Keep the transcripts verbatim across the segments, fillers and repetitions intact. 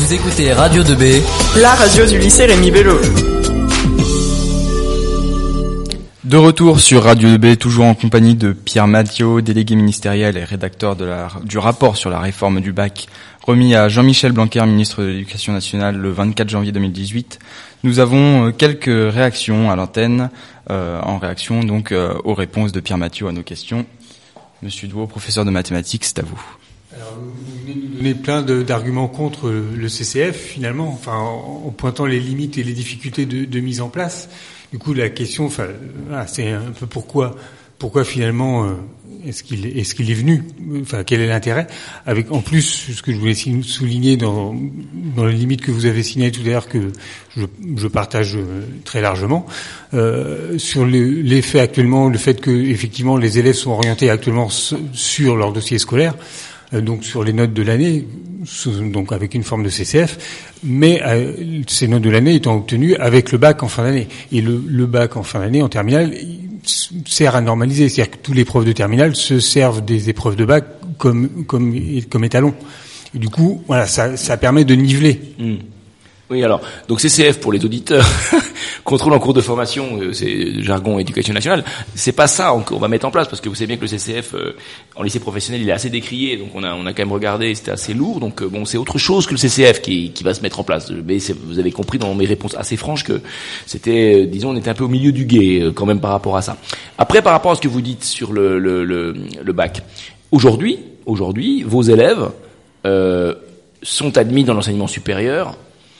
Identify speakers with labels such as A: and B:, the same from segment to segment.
A: Vous écoutez Radio deux B,
B: la radio du lycée Rémi Bello.
C: De retour sur Radio deux B, toujours en compagnie de Pierre Mathieu, délégué ministériel et rédacteur de la, du rapport sur la réforme du bac, remis à Jean-Michel Blanquer, ministre de l'Éducation nationale, le vingt-quatre janvier deux mille dix-huit. Nous avons quelques réactions à l'antenne, euh, en réaction donc euh, aux réponses de Pierre Mathieu à nos questions. Monsieur Douot, professeur de mathématiques, c'est à vous.
D: Alors, vous venez de nous donner plein de, d'arguments contre le C C F, finalement, enfin, en, en pointant les limites et les difficultés de, de mise en place. Du coup, la question, enfin, voilà, c'est un peu pourquoi, pourquoi finalement euh, est-ce qu'il est-ce qu'il est venu, enfin, quel est l'intérêt. Avec en plus ce que je voulais souligner dans dans les limites que vous avez signalées tout à l'heure, que je, je partage très largement, euh, sur le, l'effet actuellement, le fait que effectivement les élèves sont orientés actuellement sur leur dossier scolaire. Donc sur les notes de l'année, donc avec une forme de C C F, mais euh, ces notes de l'année étant obtenues avec le bac en fin d'année. Et le, le bac en fin d'année, en terminale, sert à normaliser. C'est-à-dire que tous les profs de terminale se servent des épreuves de bac comme comme comme étalon. Et du coup, voilà, ça, ça permet de niveler.
E: Mmh. Oui, alors, donc C C F pour les auditeurs, contrôle en cours de formation, euh, c'est jargon éducation nationale. C'est pas ça qu'on va mettre en place, parce que vous savez bien que le C C F euh, en lycée professionnel, il est assez décrié, donc on a on a quand même regardé, c'était assez lourd. Donc euh, bon, c'est autre chose que le C C F qui qui va se mettre en place. Mais c'est, vous avez compris dans mes réponses assez franches que c'était, euh, disons, on était un peu au milieu du gué euh, quand même par rapport à ça. Après, par rapport à ce que vous dites sur le le le, le bac, aujourd'hui, aujourd'hui, vos élèves euh, sont admis dans l'enseignement supérieur.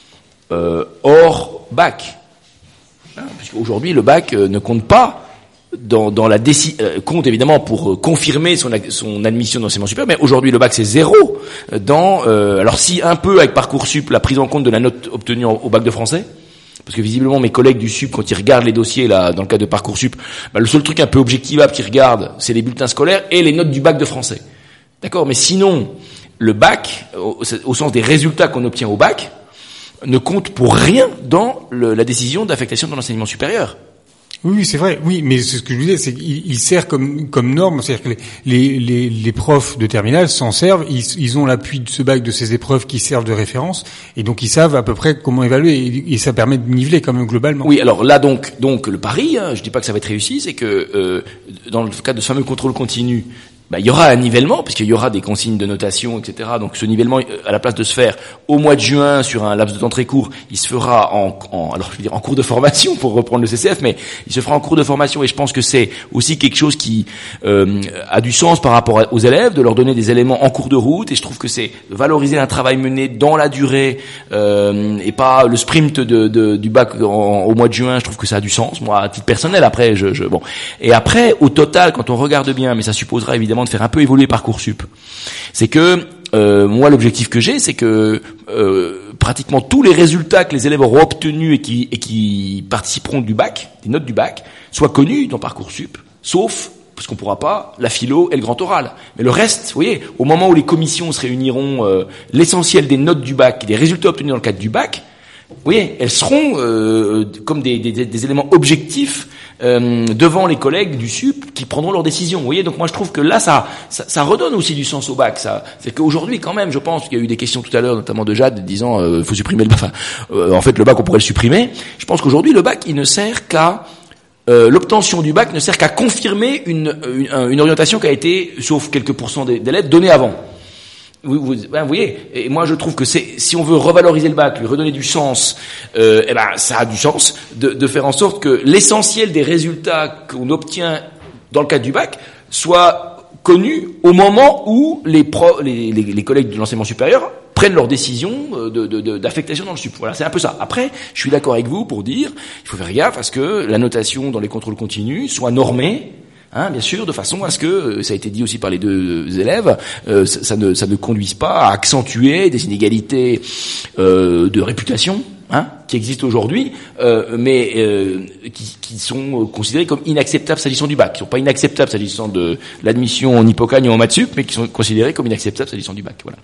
E: Euh, hors bac, hein, puisqu'aujourd'hui le bac euh, ne compte pas dans, dans la déci- euh, compte évidemment pour euh, confirmer son, son admission dans l'enseignement supérieur, mais aujourd'hui le bac c'est zéro dans euh, alors si un peu avec Parcoursup la prise en compte de la note obtenue au, au bac de français, parce que visiblement mes collègues du Sup quand ils regardent les dossiers là dans le cadre de Parcoursup, bah, le seul truc un peu objectivable qu'ils regardent c'est les bulletins scolaires et les notes du bac de français, d'accord, mais sinon le bac au, au sens des résultats qu'on obtient au bac ne compte pour rien dans le, la décision d'affectation dans l'enseignement supérieur.
D: Oui, c'est vrai. Oui, mais c'est ce que je disais, c'est qu'il il sert comme comme norme, c'est-à-dire que les les les profs de terminale s'en servent, ils ils ont l'appui de ce bac, de ces épreuves qui servent de référence, et donc ils savent à peu près comment évaluer, et, et ça permet de niveler quand même globalement.
E: Oui, alors là donc donc le pari, hein, je dis pas que ça va être réussi, c'est que euh, dans le cadre de ce fameux contrôle continu, bah, il y aura un nivellement, puisqu'il y aura des consignes de notation, et cetera. Donc ce nivellement, à la place de se faire au mois de juin sur un laps de temps très court, il se fera en, en alors je veux dire en cours de formation pour reprendre le C C F, mais il se fera en cours de formation. Et je pense que c'est aussi quelque chose qui euh, a du sens par rapport aux élèves, de leur donner des éléments en cours de route. Et je trouve que c'est valoriser un travail mené dans la durée euh, et pas le sprint de, de, du bac en, au mois de juin. Je trouve que ça a du sens, moi à titre personnel. Après, je, je bon. Et après, au total, quand on regarde bien, mais ça supposera évidemment de faire un peu évoluer Parcoursup, c'est que euh, moi l'objectif que j'ai, c'est que euh, pratiquement tous les résultats que les élèves auront obtenus et qui, et qui participeront du bac, des notes du bac, soient connus dans Parcoursup, sauf parce qu'on pourra pas la philo et le grand oral. Mais le reste, vous voyez, au moment où les commissions se réuniront, euh, l'essentiel des notes du bac, des résultats obtenus dans le cadre du bac, vous voyez, elles seront euh, comme des, des, des éléments objectifs euh, devant les collègues du Sup qui prendront leurs décisions. Vous voyez, donc moi je trouve que là ça, ça, ça redonne aussi du sens au bac. Ça, c'est qu'aujourd'hui quand même, je pense qu'il y a eu des questions tout à l'heure, notamment de Jade, disant euh, faut supprimer le bac. Enfin, euh, en fait le bac on pourrait le supprimer. Je pense qu'aujourd'hui le bac il ne sert qu'à euh, l'obtention du bac ne sert qu'à confirmer une, une, une orientation qui a été, sauf quelques pourcents d'élèves, donnée avant. Vous, vous, ben, vous voyez, et moi je trouve que c'est, si on veut revaloriser le bac, lui redonner du sens, euh, eh ben ça a du sens de, de faire en sorte que l'essentiel des résultats qu'on obtient dans le cadre du bac soit connu au moment où les, pro, les, les, les collègues de l'enseignement supérieur prennent leurs décisions de, de, de, d'affectation dans le sup. Voilà, c'est un peu ça. Après, je suis d'accord avec vous pour dire, il faut faire gaffe à ce que la notation dans les contrôles continus soit normée. Hein, bien sûr, de façon à ce que, ça a été dit aussi par les deux élèves, euh, ça, ça, ne, ça ne conduise pas à accentuer des inégalités euh, de réputation, hein, qui existent aujourd'hui, euh, mais euh, qui, qui sont considérées comme inacceptables s'agissant du bac, qui ne sont pas inacceptables s'agissant de l'admission en Hippocagne ou en maths sup, mais qui sont considérées comme inacceptables s'agissant du bac. Voilà.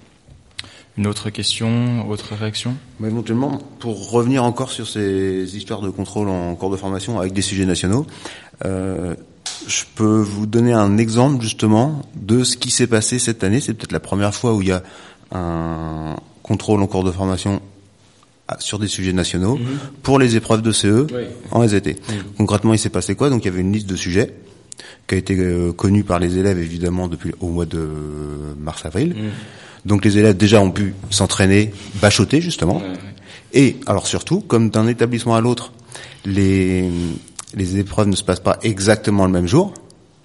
C: Une autre question, autre réaction ?
F: Mais éventuellement, pour revenir encore sur ces histoires de contrôle en cours de formation avec des sujets nationaux, euh, je peux vous donner un exemple justement de ce qui s'est passé cette année. C'est peut-être la première fois où il y a un, contrôle en cours de formation sur des sujets nationaux mmh. pour les épreuves de C E oui. en S V T. Mmh. Concrètement, il s'est passé quoi? Donc il y avait une liste de sujets qui a été euh, connue par les élèves évidemment depuis au mois de mars-avril. Mmh. Donc les élèves déjà ont pu s'entraîner, bachoter justement. Mmh. Et alors surtout, comme d'un établissement à l'autre, les les épreuves ne se passent pas exactement le même jour,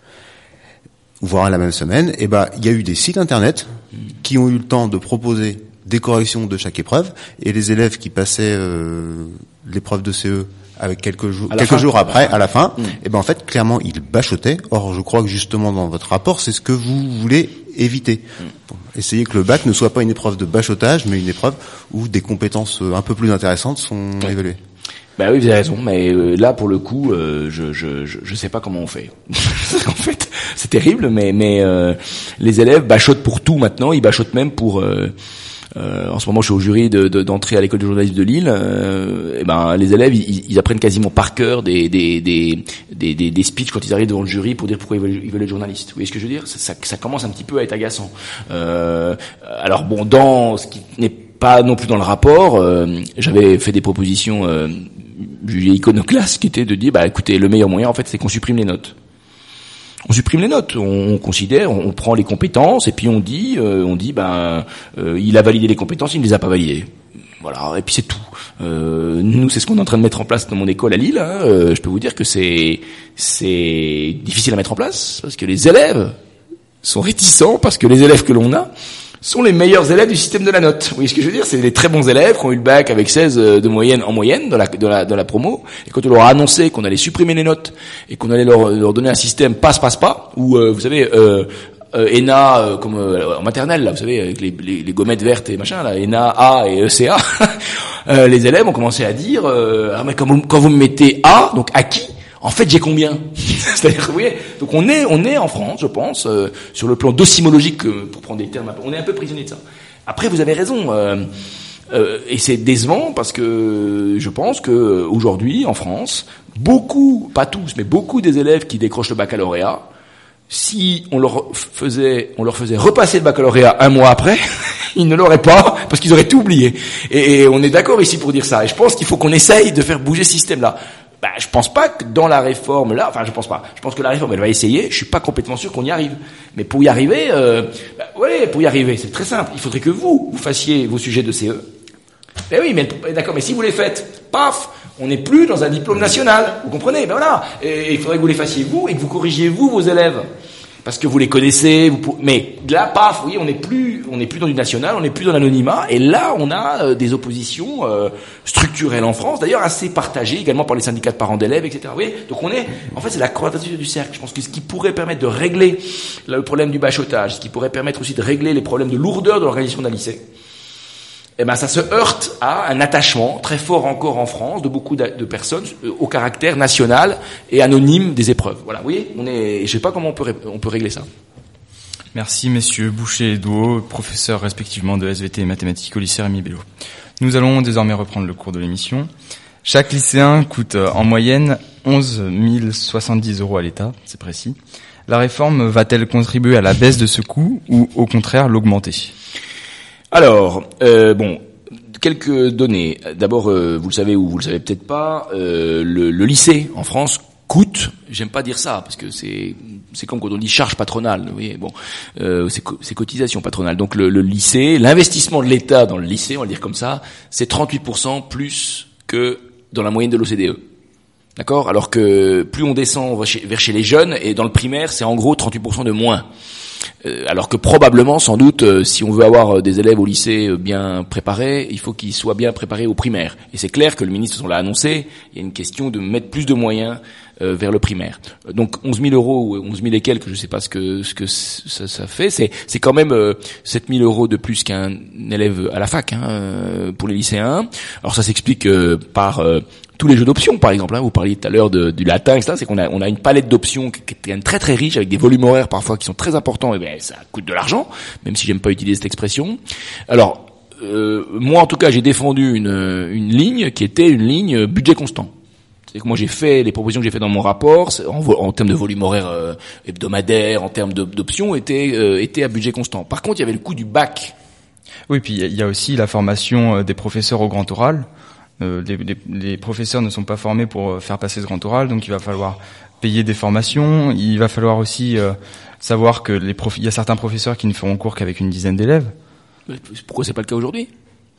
F: voire la même semaine, et ben il y a eu des sites internet mmh. qui ont eu le temps de proposer des corrections de chaque épreuve, et les élèves qui passaient euh, l'épreuve de C E avec quelques jours quelques fin. jours après, à la fin, mmh. et ben en fait clairement ils bachotaient. Or je crois que justement dans votre rapport, c'est ce que vous voulez éviter. Mmh. Bon, essayez que le bac ne soit pas une épreuve de bachotage, mais une épreuve où des compétences un peu plus intéressantes sont mmh. évaluées.
E: Ben oui, vous avez raison, mais euh, là pour le coup, euh, je, je je je sais pas comment on fait. En fait, c'est terrible, mais mais euh, les élèves bachotent pour tout maintenant. Ils bachotent même pour euh, Euh, en ce moment, je suis au jury de, de, d'entrée à l'école de journalisme de Lille. Euh, et ben, les élèves, ils, ils apprennent quasiment par cœur des, des, des, des, des, des speeches quand ils arrivent devant le jury pour dire pourquoi ils veulent, ils veulent être journalistes. Vous voyez ce que je veux dire? Ça, ça, ça commence un petit peu à être agaçant. Euh, alors bon, dans ce qui n'est pas non plus dans le rapport, euh, j'avais fait des propositions euh, jugées iconoclastes qui étaient de dire, bah écoutez, le meilleur moyen en fait, c'est qu'on supprime les notes. On supprime les notes, on, on considère, on, on prend les compétences et puis on dit, euh, on dit, ben, euh, il a validé les compétences, il ne les a pas validées. Voilà, et puis c'est tout. Euh, nous, c'est ce qu'on est en train de mettre en place dans mon école à Lille. Hein. Euh, je peux vous dire que c'est c'est difficile à mettre en place parce que les élèves sont réticents, parce que les élèves que l'on a sont les meilleurs élèves du système de la note. Vous voyez ce que je veux dire? C'est les très bons élèves qui ont eu le bac avec seize de moyenne en moyenne dans la, de la, de la promo. Et quand on leur a annoncé qu'on allait supprimer les notes et qu'on allait leur, leur donner un système passe-passe-pas, où, euh, vous savez, euh, euh, E N A, euh, comme euh, en maternelle, là, vous savez, avec les, les, les gommettes vertes et machin, là, E N A, A et E C A, euh, les élèves ont commencé à dire, euh, ah, mais quand vous, quand vous me mettez A, donc à qui? En fait, j'ai combien? C'est-à-dire, vous voyez, donc on est, on est en France, je pense, euh, sur le plan docimologique, euh, pour prendre des termes, on est un peu prisonnier de ça. Après, vous avez raison, euh, euh, et c'est décevant parce que je pense que aujourd'hui, en France, beaucoup, pas tous, mais beaucoup des élèves qui décrochent le baccalauréat, si on leur faisait, on leur faisait repasser le baccalauréat un mois après, ils ne l'auraient pas parce qu'ils auraient tout oublié. Et, et on est d'accord ici pour dire ça. Et je pense qu'il faut qu'on essaye de faire bouger ce système-là. Bah, je pense pas que dans la réforme là, enfin je pense pas. Je pense que la réforme elle va essayer. Je suis pas complètement sûr qu'on y arrive. Mais pour y arriver, euh, bah, ouais, pour y arriver, c'est très simple. Il faudrait que vous vous fassiez vos sujets de C E. Ben oui, mais d'accord. Mais si vous les faites, paf, on n'est plus dans un diplôme national. Vous comprenez? Ben voilà. Et il faudrait que vous les fassiez vous et que vous corrigiez vous vos élèves. Parce que vous les connaissez, vous pour... mais là, paf, oui, on n'est plus, on n'est plus dans du national, on n'est plus dans l'anonymat, et là, on a euh, des oppositions euh, structurelles en France, d'ailleurs assez partagées également par les syndicats de parents d'élèves, et cetera. Oui, donc on est, en fait, c'est la quadrature du cercle. Je pense que ce qui pourrait permettre de régler le problème du bachotage, ce qui pourrait permettre aussi de régler les problèmes de lourdeur de l'organisation d'un lycée, eh ben, ça se heurte à un attachement très fort encore en France de beaucoup de personnes au caractère national et anonyme des épreuves. Voilà, vous voyez, on est, je sais pas comment on peut, on peut régler ça.
C: Merci messieurs Boucher et Douau, professeurs respectivement de S V T et mathématiques au lycée Rémi Bello. Nous allons désormais reprendre le cours de l'émission. Chaque lycéen coûte en moyenne onze mille soixante-dix euros à l'État, c'est précis. La réforme va-t-elle contribuer à la baisse de ce coût ou au contraire l'augmenter ?
E: Alors, euh, bon, quelques données. D'abord, euh, vous le savez ou vous le savez peut-être pas, euh, le, le lycée en France coûte. J'aime pas dire ça parce que c'est c'est comme quand on dit charge patronale. Vous voyez, bon, euh, c'est, c'est cotisation patronale. Donc le, le lycée, l'investissement de l'État dans le lycée, on va le dire comme ça, c'est trente-huit pour cent plus que dans la moyenne de l'O C D E. D'accord ? Alors que plus on descend vers chez, vers chez les jeunes, et dans le primaire, c'est en gros trente-huit pour cent de moins. Euh, alors que probablement, sans doute, euh, si on veut avoir des élèves au lycée bien préparés, il faut qu'ils soient bien préparés au primaire. Et c'est clair que le ministre l'a annoncé, il y a une question de mettre plus de moyens euh, vers le primaire. Donc onze mille euros ou onze mille et quelques, je ne sais pas ce que ce que ça, ça fait, c'est c'est quand même euh, sept mille euros de plus qu'un élève à la fac hein, euh, pour les lycéens. Alors ça s'explique euh, par euh, tous les jeux d'options, par exemple, hein, vous parliez tout à l'heure de, du latin, et cetera. C'est qu'on a, on a une palette d'options qui est très très riche, avec des volumes horaires parfois qui sont très importants, et bien ça coûte de l'argent, même si j'aime pas utiliser cette expression. Alors, euh, moi en tout cas, j'ai défendu une, une ligne qui était une ligne budget constant. C'est que moi j'ai fait, les propositions que j'ai fait dans mon rapport, en, en termes de volume horaire euh, hebdomadaire, en termes de, d'options, étaient, euh, étaient à budget constant. Par contre, il y avait le coût du bac.
C: Oui, puis il y a aussi la formation des professeurs au grand oral. Euh, les, les, les professeurs ne sont pas formés pour faire passer ce grand oral, donc il va falloir payer des formations. Il va falloir aussi euh, savoir que les prof... il y a certains professeurs qui ne feront cours qu'avec une dizaine d'élèves.
E: Pourquoi c'est pas le cas aujourd'hui?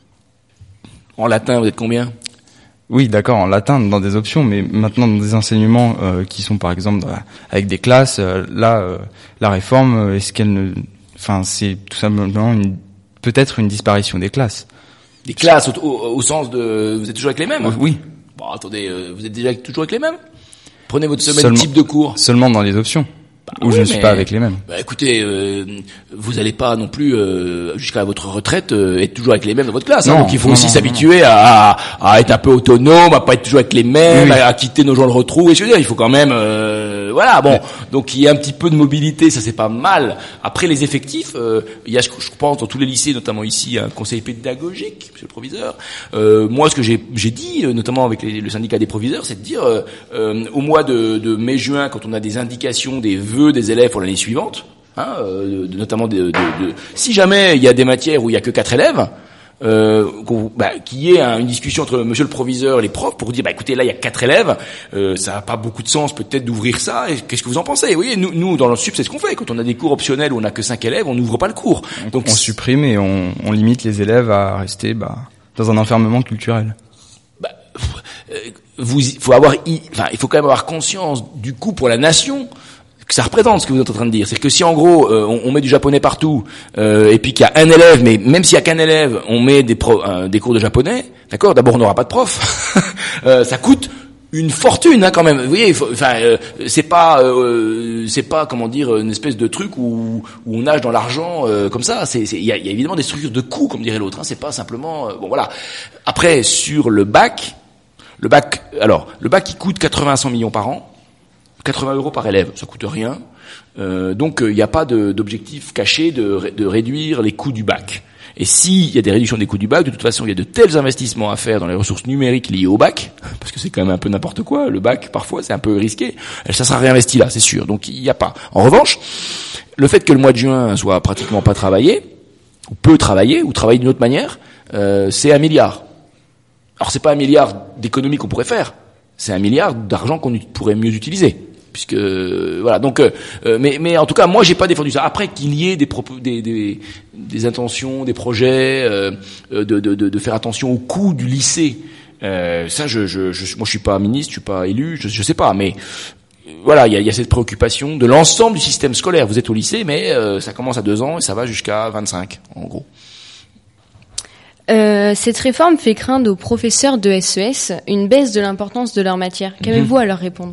E: En latin, vous êtes combien?
C: Oui, d'accord, en latin, dans des options, mais maintenant dans des enseignements euh, qui sont par exemple dans, avec des classes, euh, là, euh, la réforme, est-ce qu'elle ne... Enfin, c'est tout simplement une... peut-être une disparition des classes.
E: Des classes au, au, au sens de... Vous êtes toujours avec les mêmes?
C: Oui.
E: Bon, attendez, euh, vous êtes déjà toujours avec les mêmes? Prenez votre semaine
C: seulement,
E: type de cours.
C: Seulement dans les options. Bah, Ou oui, je ne suis pas avec les mêmes.
E: Bah, écoutez, euh, vous n'allez pas non plus euh, jusqu'à votre retraite euh, être toujours avec les mêmes dans votre classe.
C: Non,
E: hein, donc il faut
C: non,
E: aussi
C: non,
E: s'habituer à, à, à être un peu autonome, à pas être toujours avec les mêmes, oui. à, à quitter nos gens le retrou. Et je veux dire, il faut quand même, euh, voilà, bon. Oui. Donc il y a un petit peu de mobilité, ça c'est pas mal. Après les effectifs, euh, il y a, je, je pense, dans tous les lycées, notamment ici, un conseil pédagogique, monsieur le proviseur. Euh, moi, ce que j'ai, j'ai dit, notamment avec les, le syndicat des proviseurs, c'est de dire, euh, euh, au mois de, de mai-juin, quand on a des indications, des vœux des élèves pour l'année suivante, hein, euh, de, notamment de, de, de, si jamais il y a des matières où il y a que quatre élèves, euh, bah, qu'il y ait un, une discussion entre monsieur le proviseur et les profs pour dire bah écoutez là il y a quatre élèves, euh, ça n'a pas beaucoup de sens peut-être d'ouvrir ça. Et qu'est-ce que vous en pensez? Vous voyez, nous, nous dans le sup c'est ce qu'on fait quand on a des cours optionnels où on n'a que cinq élèves, on n'ouvre pas le cours.
C: Donc on supprime et on, on limite les élèves à rester bah, dans un enfermement culturel.
E: Bah, euh, vous, faut avoir, enfin il faut quand même avoir conscience du coût pour la nation que ça représente ce que vous êtes en train de dire. C'est que si en gros euh, on, on met du japonais partout euh, et puis qu'il y a un élève, mais même s'il y a qu'un élève, on met des, pro, euh, des cours de japonais, d'accord? D'abord on n'aura pas de prof, euh, ça coûte une fortune hein, quand même. Vous voyez, enfin euh, c'est pas euh, c'est pas comment dire une espèce de truc où, où on nage dans l'argent euh, comme ça. C'est il y a, y a évidemment des structures de coûts comme dirait l'autre. Hein, c'est pas simplement euh, bon voilà. Après sur le bac, le bac alors le bac il coûte quatre-vingts à cent millions par an. quatre-vingts euros par élève, ça coûte rien. Euh, donc il euh, n'y a pas de, d'objectif caché de, de réduire les coûts du bac. Et s'il y a des réductions des coûts du bac, de toute façon il y a de tels investissements à faire dans les ressources numériques liées au bac, parce que c'est quand même un peu n'importe quoi, le bac parfois c'est un peu risqué, ça sera réinvesti là, c'est sûr, donc il n'y a pas. En revanche, le fait que le mois de juin soit pratiquement pas travaillé, ou peu travaillé, ou travaillé d'une autre manière, euh, c'est un milliard. Alors c'est pas un milliard d'économies qu'on pourrait faire, c'est un milliard d'argent qu'on pourrait mieux utiliser. Puisque voilà donc euh, mais mais en tout cas moi j'ai pas défendu ça. Après qu'il y ait des propos, des, des des intentions, des projets euh, de, de de de faire attention au coût du lycée, euh, ça je je, je moi je suis pas ministre, je suis pas élu, je je sais pas, mais voilà il y a il y a cette préoccupation de l'ensemble du système scolaire. Vous êtes au lycée mais euh, ça commence à deux ans et ça va jusqu'à vingt-cinq en gros.
A: Euh, cette réforme fait craindre aux professeurs de S E S une baisse de l'importance de leur matière. Qu'avez-vous à leur répondre?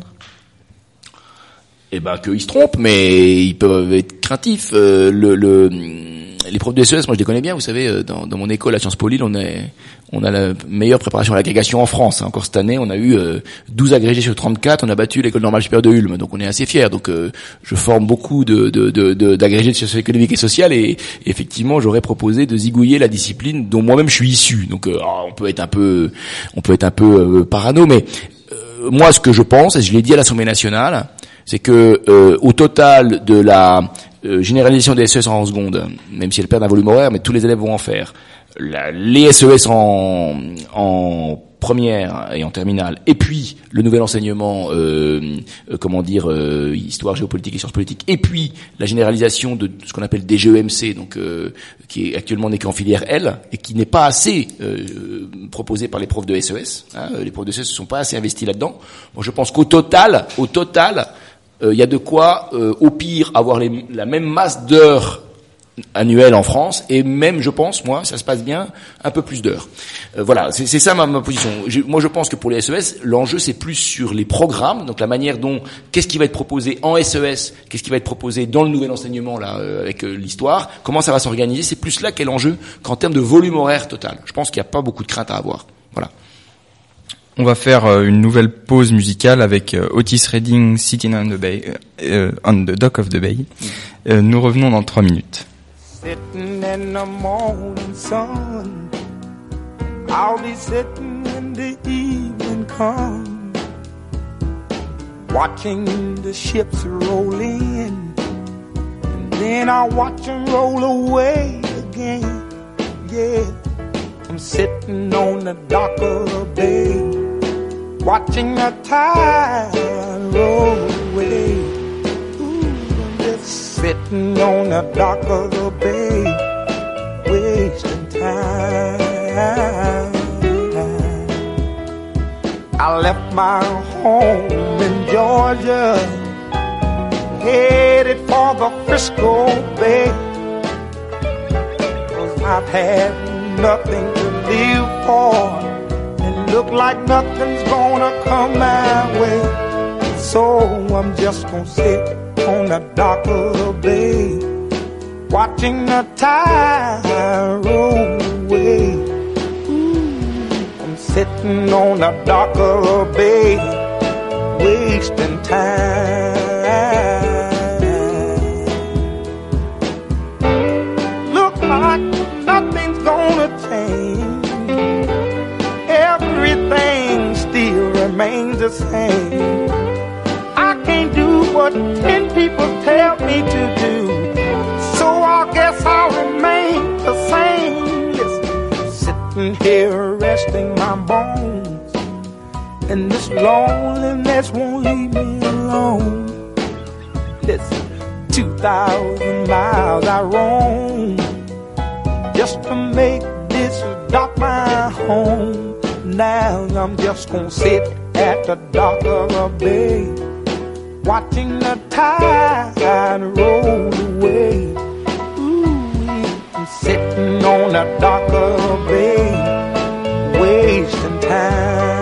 E: Eh ben qu'ils se trompent, mais ils peuvent être craintifs. Euh, le, le, les profs de S E S, moi je les connais bien. Vous savez, dans, dans mon école à Sciences Po Lille, on est, on a la meilleure préparation à l'agrégation en France. Encore cette année, on a eu euh, douze agrégés sur trente-quatre. On a battu l'école normale supérieure de Ulm, donc on est assez fiers. Donc euh, je forme beaucoup de, de, de, de d'agrégés de sciences économiques et sociales, et, et effectivement, j'aurais proposé de zigouiller la discipline dont moi-même je suis issu. Donc euh, on peut être un peu, on peut être un peu euh, parano, mais euh, moi ce que je pense, et je l'ai dit à l'Assemblée nationale, c'est que euh, au total de la euh, généralisation des S E S en seconde, même si elle perd un volume horaire, mais tous les élèves vont en faire, la, les S E S en, en première et en terminale, et puis le nouvel enseignement, euh, euh, comment dire, euh, histoire, géopolitique et sciences politiques, et puis la généralisation de ce qu'on appelle des G E M C, donc euh, qui est actuellement n'est qu'en filière L, et qui n'est pas assez euh, proposé par les profs de S E S. Hein, les profs de S E S ne sont pas assez investis là-dedans. Bon, je pense qu'au total, au total, il euh, y a de quoi, euh, au pire, avoir les, la même masse d'heures annuelles en France, et même, je pense, moi, ça se passe bien, un peu plus d'heures. Euh, voilà, c'est, c'est ça ma, ma position. Je, moi, je pense que pour les S E S, l'enjeu, c'est plus sur les programmes, donc la manière dont, qu'est-ce qui va être proposé en S E S, qu'est-ce qui va être proposé dans le nouvel enseignement, là, euh, avec euh, l'histoire, comment ça va s'organiser, c'est plus là qu'est l'enjeu qu'en termes de volume horaire total. Je pense qu'il n'y a pas beaucoup de crainte à avoir. Voilà.
C: On va faire euh, une nouvelle pause musicale avec euh, Otis Redding, Sitting on the Bay, euh, on the Dock of the Bay. Euh, nous revenons dans trois minutes.
G: Sitting in the morning sun, I'll be sitting when the evening comes, watching the ships roll in, and then I'll watch them roll away again. the dock of the bay, watching the tide roll away. Ooh, I'm just sitting on the dock of the bay, wasting time. I left my home in Georgia, headed for the Frisco Bay, 'cause I've had nothing to live for, and look like nothing's gonna come my way. So I'm just gonna sit on the dock of the bay, watching the tide roll away. Ooh, I'm sitting on the dock of the bay, wasting time. Look like nothing's gonna change, everything still remains the same. I can't do what ten people tell me to do, so I guess I'll remain the same. Listen, sitting here resting my bones, and this loneliness won't leave me alone. Listen, two thousand miles I roam just to make this dock my home. Now I'm just gonna sit at the dock of the bay, watching the tide roll away. Ooh, I'm sitting on the dock of the bay, wasting time.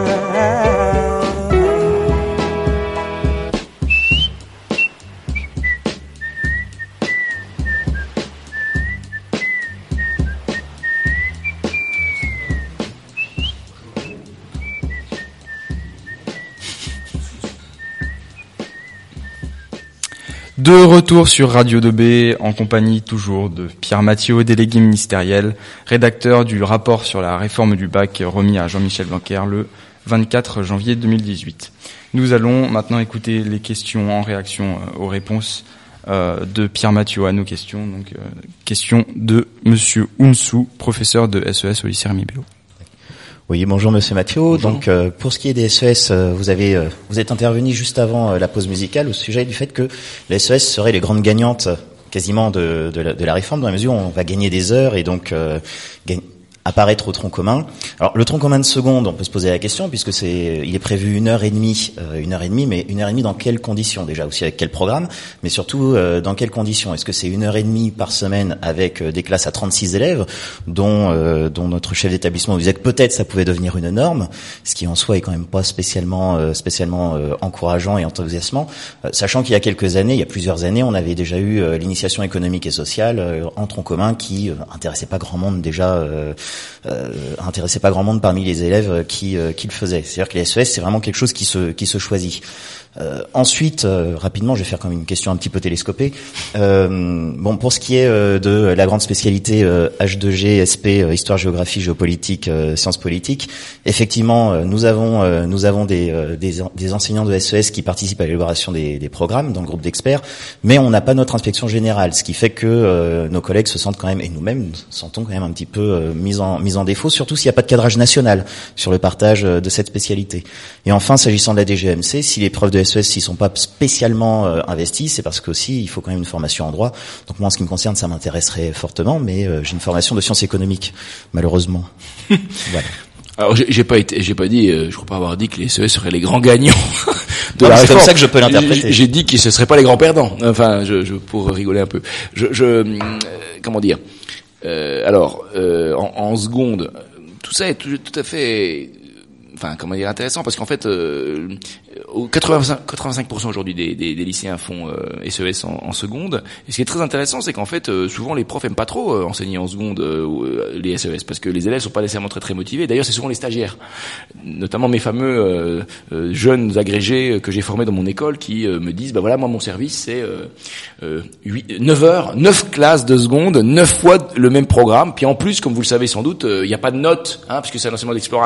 C: De retour sur Radio deux B, en compagnie toujours de Pierre Mathiot, délégué ministériel, rédacteur du rapport sur la réforme du bac remis à Jean-Michel Blanquer le vingt-quatre janvier deux mille dix-huit. Nous allons maintenant écouter les questions en réaction aux réponses euh, de Pierre Mathiot à nos questions. Donc, euh, question de Monsieur Ounsou, professeur de S E S au lycée Rémi Bello.
H: Oui, bonjour Monsieur Mathiot. Bonjour. Donc, euh, pour ce qui est des S E S, euh, vous avez, euh, vous êtes intervenu juste avant euh, la pause musicale au sujet du fait que les S E S seraient les grandes gagnantes euh, quasiment de, de, la, de la réforme, dans la mesure où on va gagner des heures et donc euh, gagner, apparaître au tronc commun. Alors le tronc commun de seconde, on peut se poser la question puisque c'est, il est prévu une heure et demie, euh, une heure et demie, mais une heure et demie dans quelles conditions déjà, aussi avec quel programme, mais surtout euh, dans quelles conditions. Est-ce que c'est une heure et demie par semaine avec euh, des classes à trente-six élèves, dont euh, dont notre chef d'établissement disait que peut-être ça pouvait devenir une norme, ce qui en soi est quand même pas spécialement euh, spécialement euh, encourageant et enthousiasmant, euh, sachant qu'il y a quelques années, il y a plusieurs années, on avait déjà eu euh, l'initiation économique et sociale euh, en tronc commun qui euh, intéressait pas grand monde déjà. Euh, Euh, intéressait pas grand monde parmi les élèves qui euh, qui le faisaient. C'est-à-dire que les S E S, c'est vraiment quelque chose qui se qui se choisit. Euh, ensuite, euh, rapidement, je vais faire comme une question un petit peu télescopée. Euh, bon, pour ce qui est euh, de la grande spécialité euh, H deux G, S P, euh, histoire, géographie, géopolitique, euh, sciences politiques, effectivement, euh, nous avons euh, nous avons des, euh, des des enseignants de S E S qui participent à l'élaboration des, des programmes dans le groupe d'experts, mais on n'a pas notre inspection générale, ce qui fait que euh, nos collègues se sentent quand même, et nous-mêmes nous sentons quand même un petit peu euh, mis en mis en défaut, surtout s'il n'y a pas de cadrage national sur le partage euh, de cette spécialité. Et enfin, s'agissant de la D G M C, si les profs de S E S s'ils sont pas spécialement euh, investis, c'est parce qu'aussi il faut quand même une formation en droit. Donc moi, en ce qui me concerne, ça m'intéresserait fortement, mais euh, j'ai une formation de sciences économiques, malheureusement. Voilà.
E: Alors j'ai, j'ai pas été, j'ai pas dit, euh, je crois pas avoir dit que les S E S seraient les grands gagnants de
H: non,
E: la
H: c'est
E: réforme.
H: comme ça que je peux l'interpréter.
E: J'ai, j'ai dit qu'ils ne seraient pas les grands perdants. Enfin, je, je pour rigoler un peu. Je, je euh, comment dire euh, Alors, euh, en, en seconde, tout ça est tout, tout à fait. Enfin, comment dire, intéressant, parce qu'en fait, euh, quatre-vingt-cinq pour cent aujourd'hui des, des, des lycéens font euh, S E S en, en seconde. Et ce qui est très intéressant, c'est qu'en fait, euh, souvent les profs aiment pas trop euh, enseigner en seconde euh, les S E S, parce que les élèves sont pas nécessairement très très motivés. D'ailleurs, c'est souvent les stagiaires, notamment mes fameux euh, euh, jeunes agrégés que j'ai formés dans mon école, qui euh, me disent, bah voilà, moi mon service c'est euh, euh, huit, neuf heures, neuf classes de seconde, neuf fois le même programme. Puis en plus, comme vous le savez sans doute, il euh, n'y a pas de notes, hein, puisque c'est un enseignement d'exploration.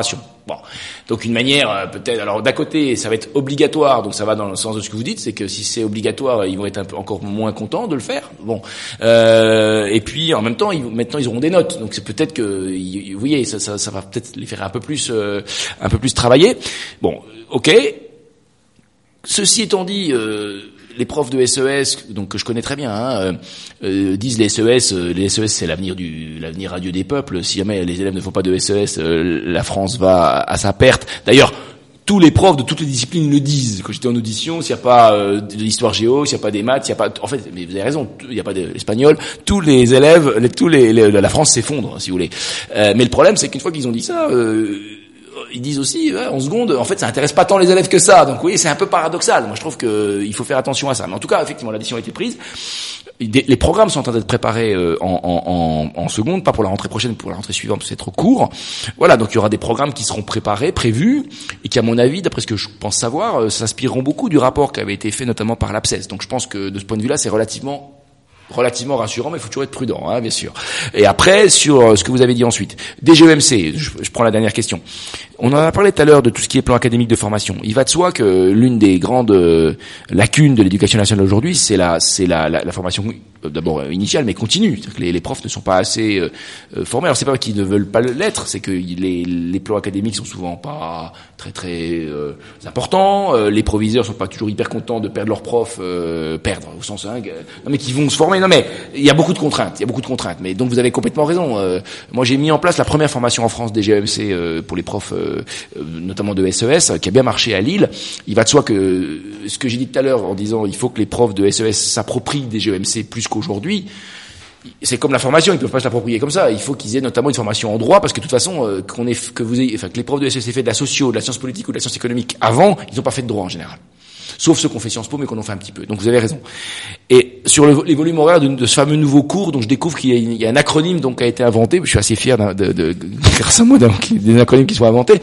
E: Bon, donc une manière euh, peut-être. Alors d'un côté, ça va être obligatoire, donc ça va dans le sens de ce que vous dites, c'est que si c'est obligatoire, ils vont être un peu encore moins contents de le faire. Bon, euh, et puis en même temps, ils, maintenant ils auront des notes, donc c'est peut-être que, ils, vous voyez, ça, ça, ça va peut-être les faire un peu plus, euh, un peu plus travailler. Bon, ok. Ceci étant dit. Euh, Les profs de S E S, donc que je connais très bien, hein, euh, euh, disent les S E S, euh, les S E S c'est l'avenir du, l'avenir radieux des peuples. Si jamais les élèves ne font pas de S E S, euh, la France va à sa perte. D'ailleurs, tous les profs de toutes les disciplines le disent. Quand j'étais en audition, s'il n'y a pas euh, de l'histoire géo, s'il n'y a pas des maths, s'il n'y a pas, en fait, mais vous avez raison, il n'y a pas d'espagnol, tous les élèves, les, tous les, les, la France s'effondre, si vous voulez. Euh, mais le problème, c'est qu'une fois qu'ils ont dit ça. Euh, Ils disent aussi, ouais, en seconde, en fait, ça intéresse pas tant les élèves que ça. Donc, oui, c'est un peu paradoxal. Moi, je trouve que il faut faire attention à ça. Mais en tout cas, effectivement, la décision a été prise. Les programmes sont en train d'être préparés en, en, en, en seconde, pas pour la rentrée prochaine, pour la rentrée suivante, parce que c'est trop court. Voilà, donc il y aura des programmes qui seront préparés, prévus, et qui, à mon avis, d'après ce que je pense savoir, s'inspireront beaucoup du rapport qui avait été fait notamment par l'A P S E S. Donc, je pense que de ce point de vue-là, c'est relativement relativement rassurant, mais il faut toujours être prudent, hein, bien sûr. Et après, sur ce que vous avez dit ensuite, D G E M C, je, je prends la dernière question. On en a parlé tout à l'heure de tout ce qui est plan académique de formation. Il va de soi que l'une des grandes euh, lacunes de l'éducation nationale aujourd'hui, c'est la, c'est la, la, la formation euh, d'abord euh, initiale, mais continue. C'est-à-dire que les, les profs ne sont pas assez euh, euh, formés. Alors c'est pas qu'ils ne veulent pas l'être, c'est que les, les plans académiques sont souvent pas très très euh, importants. Euh, les proviseurs sont pas toujours hyper contents de perdre leurs profs, euh, perdre au sens hein, non mais qui vont se former. Non mais il y a beaucoup de contraintes, il y a beaucoup de contraintes. Mais donc vous avez complètement raison. Euh, moi j'ai mis en place la première formation en France des G E M C euh, pour les profs, euh, euh, notamment de S E S, qui a bien marché à Lille. Il va de soi que ce que j'ai dit tout à l'heure en disant il faut que les profs de S E S s'approprient des G E M C plus qu'aujourd'hui. C'est comme la formation, ils peuvent pas se l'approprier comme ça. Il faut qu'ils aient notamment une formation en droit, parce que de toute façon, euh, qu'on ait, que vous ayez, enfin que les profs de S E S aient fait de la socio, de la science politique ou de la science économique avant, ils n'ont pas fait de droit en général. Sauf ceux qu'on fait Sciences Po, mais qu'on en fait un petit peu. Donc vous avez raison. Et sur le, les volumes horaires de, de ce fameux nouveau cours, donc je découvre qu'il y a, il y a un acronyme donc qui a été inventé. Je suis assez fier de, de, de, de faire ça moi, des acronymes qui sont inventés.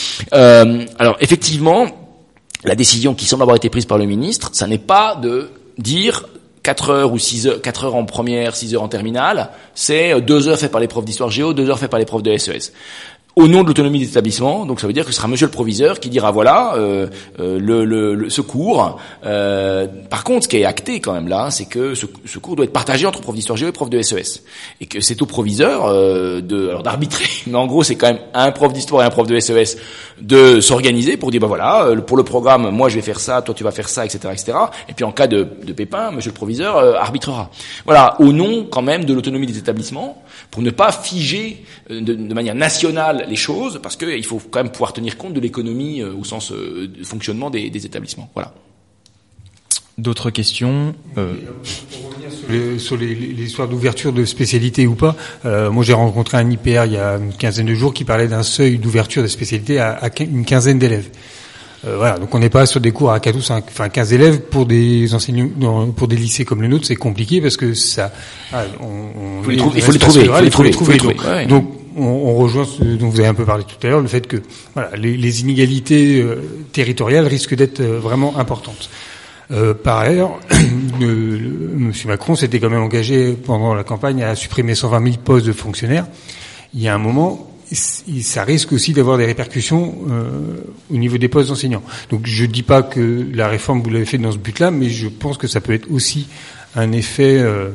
E: Euh, alors effectivement, la décision qui semble avoir été prise par le ministre, ça n'est pas de dire quatre heures ou six heures, quatre heures en première, six heures en terminale, c'est deux heures faites par les profs d'histoire géo, deux heures faites par les profs de S E S. Au nom de l'autonomie des établissements, donc ça veut dire que ce sera monsieur le proviseur qui dira voilà euh, euh, le, le, le ce cours. Euh, par contre, ce qui est acté quand même là, c'est que ce, ce cours doit être partagé entre profs d'histoire géo et profs de S E S, et que c'est au proviseur euh, de alors d'arbitrer. Mais en gros, c'est quand même un prof d'histoire et un prof de S E S de s'organiser pour dire bah voilà pour le programme, moi je vais faire ça, toi tu vas faire ça, et cetera, et cetera. Et puis en cas de, de pépin, monsieur le proviseur euh, arbitrera. Voilà, au nom quand même de l'autonomie des établissements, pour ne pas figer euh, de, de manière nationale les choses, parce qu'il faut quand même pouvoir tenir compte de l'économie euh, au sens euh, de fonctionnement des, des établissements. Voilà.
C: D'autres questions euh...
D: Pour revenir sur les, sur les, les histoires d'ouverture de spécialité ou pas, euh, moi j'ai rencontré un I P R il y a une quinzaine de jours qui parlait d'un seuil d'ouverture de spécialité à, à une quinzaine d'élèves. Euh, voilà, donc on n'est pas sur des cours à quatre ou cinq, enfin quinze élèves pour des enseignants, pour des lycées comme le nôtre, c'est compliqué parce que ça, ah, on, on
E: faut les trouver, il faut les trouver, il faut les trouver,
D: donc,
E: ouais.
D: donc on, on rejoint ce dont vous avez un peu parlé tout à l'heure, le fait que voilà, les, les inégalités euh, territoriales risquent d'être euh, vraiment importantes. Euh, par ailleurs, le, le, Monsieur Macron s'était quand même engagé pendant la campagne à supprimer cent vingt mille postes de fonctionnaires. Il y a un moment, ça risque aussi d'avoir des répercussions euh, au niveau des postes d'enseignants. Donc je dis pas que la réforme vous l'avez fait dans ce but-là, mais je pense que ça peut être aussi un effet, euh,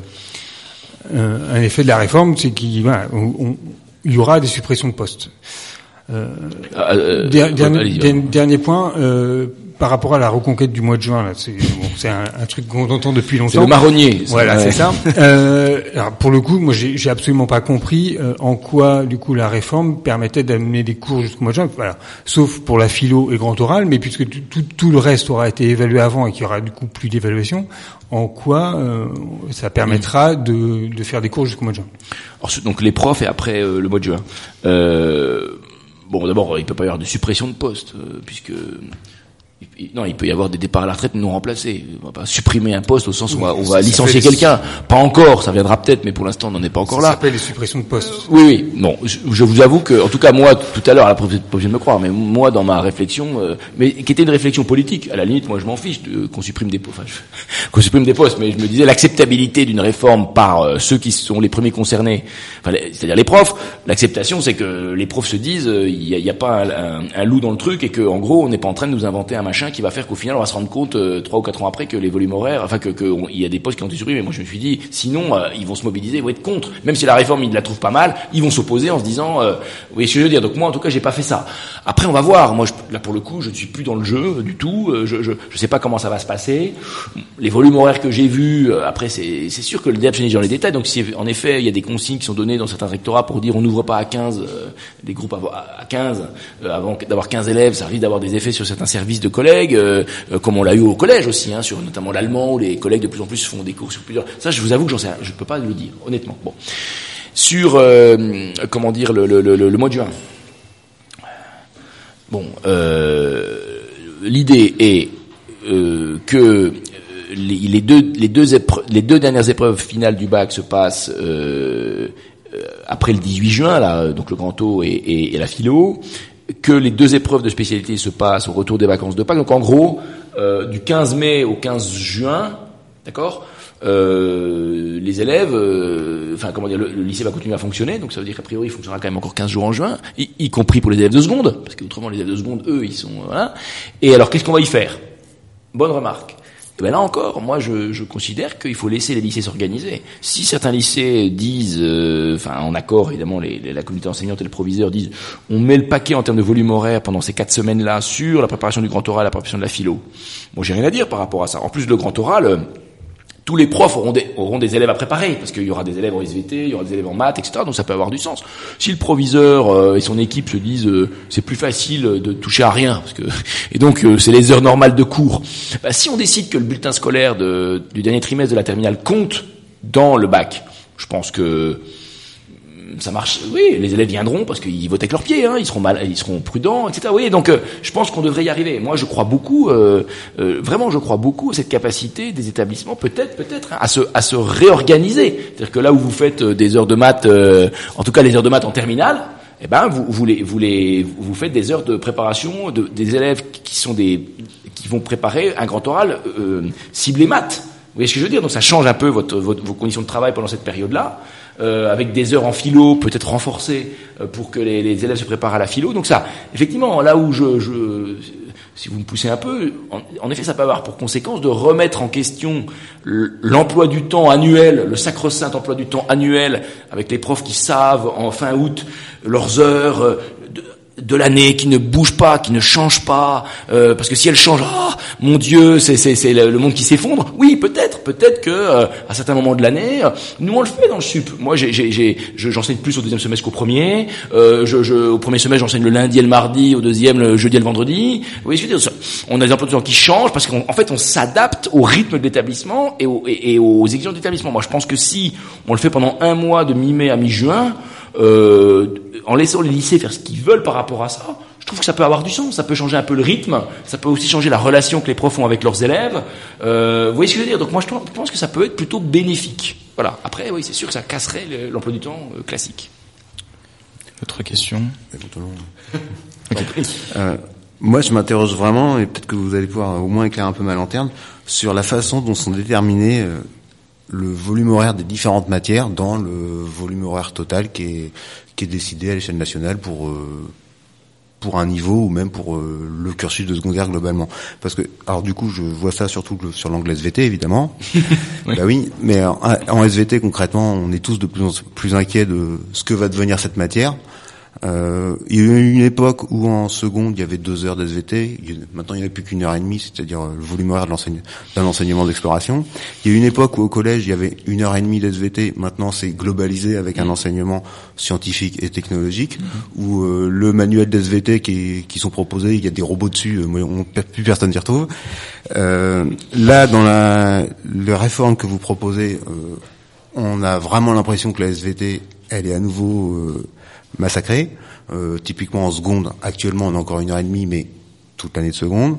D: un effet de la réforme, c'est qu'il voilà, on, on, il y aura des suppressions de postes. Euh, euh, der, dernier, dernier, dernier point. Euh, Par rapport à la reconquête du mois de juin, là, c'est, bon, c'est un, un truc qu'on entend depuis longtemps.
E: C'est le marronnier.
D: Voilà, c'est ça. Euh, alors pour le coup, moi, j'ai, j'ai absolument pas compris euh, en quoi, du coup, la réforme permettait d'amener des cours jusqu'au mois de juin. Voilà, sauf pour la philo et grand oral, mais puisque tout, tout, tout le reste aura été évalué avant et qu'il y aura du coup plus d'évaluation, en quoi euh, ça permettra de, de faire des cours jusqu'au mois de juin.
E: Alors, donc les profs et après euh, le mois de juin. Euh, bon, d'abord, il peut pas y avoir de suppression de postes, euh, puisque Non, il peut y avoir des départs à la retraite non remplacés. On va pas supprimer un poste au sens où on va, on va
D: ça
E: licencier quelqu'un. Pas encore, ça viendra peut-être, mais pour l'instant, on n'en est pas encore
D: ça
E: là.
D: Ça s'appelle les suppressions de postes.
E: Euh, oui, oui. Non, je, je vous avoue que, en tout cas, moi, tout à l'heure, à la prochaine de me croire, mais moi, dans ma réflexion, euh, mais qui était une réflexion politique. À la limite, moi, je m'en fiche de, qu'on supprime des postes. Enfin, je, qu'on supprime des postes, mais je me disais l'acceptabilité d'une réforme par euh, ceux qui sont les premiers concernés, enfin, les, c'est-à-dire les profs. L'acceptation, c'est que les profs se disent, il euh, y, a, y a pas un, un, un loup dans le truc et que, en gros, on n'est pas en train de nous inventer un machin qui va faire qu'au final, on va se rendre compte euh, trois ou quatre ans après que les volumes horaires, enfin que, que on, il y a des postes qui ont été supprimés. Mais moi, je me suis dit, sinon, euh, ils vont se mobiliser, ils vont être contre. Même si la réforme, ils la trouvent pas mal, ils vont s'opposer en se disant, euh, oui, ce que je veux dire. Donc moi, en tout cas, j'ai pas fait ça. Après, on va voir. Moi, je, là, pour le coup, je ne suis plus dans le jeu du tout. Je, je, je sais pas comment ça va se passer. Les volumes horaires que j'ai vus, euh, après, c'est, c'est sûr que le D A P se dans les détails. Donc, si en effet, il y a des consignes qui sont données dans certains rectorats pour dire, on n'ouvre pas à quinze, euh, des groupes à, à quinze, euh, avant d'avoir quinze élèves, ça risque d'avoir des effets sur certains services de collègues, euh, euh, comme on l'a eu au collège aussi, hein, sur notamment l'allemand où les collègues de plus en plus font des cours sur plusieurs. Ça, je vous avoue que j'en sais, je peux pas le dire, honnêtement. Bon, sur euh, comment dire le, le, le, le mois de juin. Bon, euh, l'idée est euh, que les, les deux les deux épreuves, les deux dernières épreuves finales du bac se passent euh, après le dix-huit juin, là, donc le grand O et, et, et la philo, que les deux épreuves de spécialité se passent au retour des vacances de Pâques. Donc en gros, euh, du quinze mai au quinze juin, d'accord, euh, les élèves, euh, enfin comment dire, le, le lycée va continuer à fonctionner, donc ça veut dire qu'a priori il fonctionnera quand même encore quinze jours en juin, y, y compris pour les élèves de seconde, parce qu'autrement les élèves de seconde, eux, ils sont voilà. Et alors qu'est-ce qu'on va y faire? Bonne remarque. Et ben là encore, moi je, je considère qu'il faut laisser les lycées s'organiser. Si certains lycées disent, euh, enfin en accord évidemment, les, les, la communauté enseignante et le proviseur disent, on met le paquet en termes de volume horaire pendant ces quatre semaines-là sur la préparation du grand oral, la préparation de la philo. Moi j'ai rien à dire par rapport à ça. En plus le grand oral, euh, tous les profs auront des, auront des élèves à préparer, parce qu'il y aura des élèves en S V T, il y aura des élèves en maths, et cetera. Donc ça peut avoir du sens. Si le proviseur euh, et son équipe se disent euh, c'est plus facile de toucher à rien, parce que et donc euh, c'est les heures normales de cours. Bah, si on décide que le bulletin scolaire de, du dernier trimestre de la terminale compte dans le bac, je pense que ça marche. Oui, les élèves viendront parce qu'ils votent avec leurs pieds, hein, ils seront mal, ils seront prudents, et cetera. Oui, donc euh, je pense qu'on devrait y arriver. Moi, je crois beaucoup, euh, euh, vraiment, je crois beaucoup à cette capacité des établissements, peut-être, peut-être, hein, à se, à se réorganiser. C'est-à-dire que là où vous faites euh, des heures de maths, euh, en tout cas les heures de maths en terminale, eh ben, vous, vous les, vous les, vous faites des heures de préparation de, des élèves qui sont des, qui vont préparer un grand oral euh, ciblé maths. Vous voyez ce que je veux dire? Donc ça change un peu votre, votre, vos conditions de travail pendant cette période-là. Euh, avec des heures en philo peut-être renforcées euh, pour que les, les élèves se préparent à la philo. Donc ça, effectivement, là où je, je si vous me poussez un peu, en, en effet, ça peut avoir pour conséquence de remettre en question l'emploi du temps annuel, le sacro-saint emploi du temps annuel, avec les profs qui savent en fin août leurs heures euh, de, de l'année, qui ne bougent pas, qui ne changent pas, euh, parce que si elles changent, ah, mon Dieu, c'est, c'est, c'est le monde qui s'effondre. Oui, peut-être, peut-être que euh, à certains moments de l'année, euh, nous on le fait dans le sup. Moi, j'ai, j'ai, j'ai, je, j'enseigne plus au deuxième semestre qu'au premier. Euh, je, je, au premier semestre, j'enseigne le lundi et le mardi, au deuxième le jeudi et le vendredi. Vous voyez ce que je veux dire? On a des emplois de temps qui changent parce qu'en fait, on s'adapte au rythme de l'établissement et, au, et, et aux exigences de l'établissement. Moi, je pense que si on le fait pendant un mois de mi-mai à mi-juin, euh, en laissant les lycées faire ce qu'ils veulent par rapport à ça, je trouve que ça peut avoir du sens, ça peut changer un peu le rythme, ça peut aussi changer la relation que les profs ont avec leurs élèves. Euh, vous voyez ce que je veux dire? Donc moi je pense que ça peut être plutôt bénéfique. Voilà. Après, oui, c'est sûr que ça casserait l'emploi du temps euh, classique.
C: Autre question?
F: Okay. euh, moi je m'interroge vraiment, et peut-être que vous allez pouvoir au moins éclairer un peu ma lanterne, sur la façon dont sont déterminés euh, le volume horaire des différentes matières dans le volume horaire total qui est qui est décidé à l'échelle nationale pour euh, pour un niveau ou même pour euh, le cursus de secondaire globalement. Parce que alors du coup je vois ça surtout sur l'angle S V T évidemment. Oui. Bah oui, mais en, en S V T concrètement on est tous de plus en plus inquiets de ce que va devenir cette matière. Euh, il y a eu une époque où en seconde il y avait deux heures d'S V T, maintenant il n'y a plus qu'une heure et demie, c'est-à-dire le volume horaire de l'enseignement, d'un enseignement d'exploration. Il y a eu une époque où au collège il y avait une heure et demie d'S V T, maintenant c'est globalisé avec un enseignement scientifique et technologique, mmh. où euh, le manuel d'S V T qui, qui sont proposés, il y a des robots dessus, euh, on, plus personne s'y retrouve. Euh, là dans la, la réforme que vous proposez, euh, on a vraiment l'impression que la S V T elle est à nouveau euh, massacré. Euh, typiquement en seconde, actuellement on a encore une heure et demie, mais toute l'année de seconde.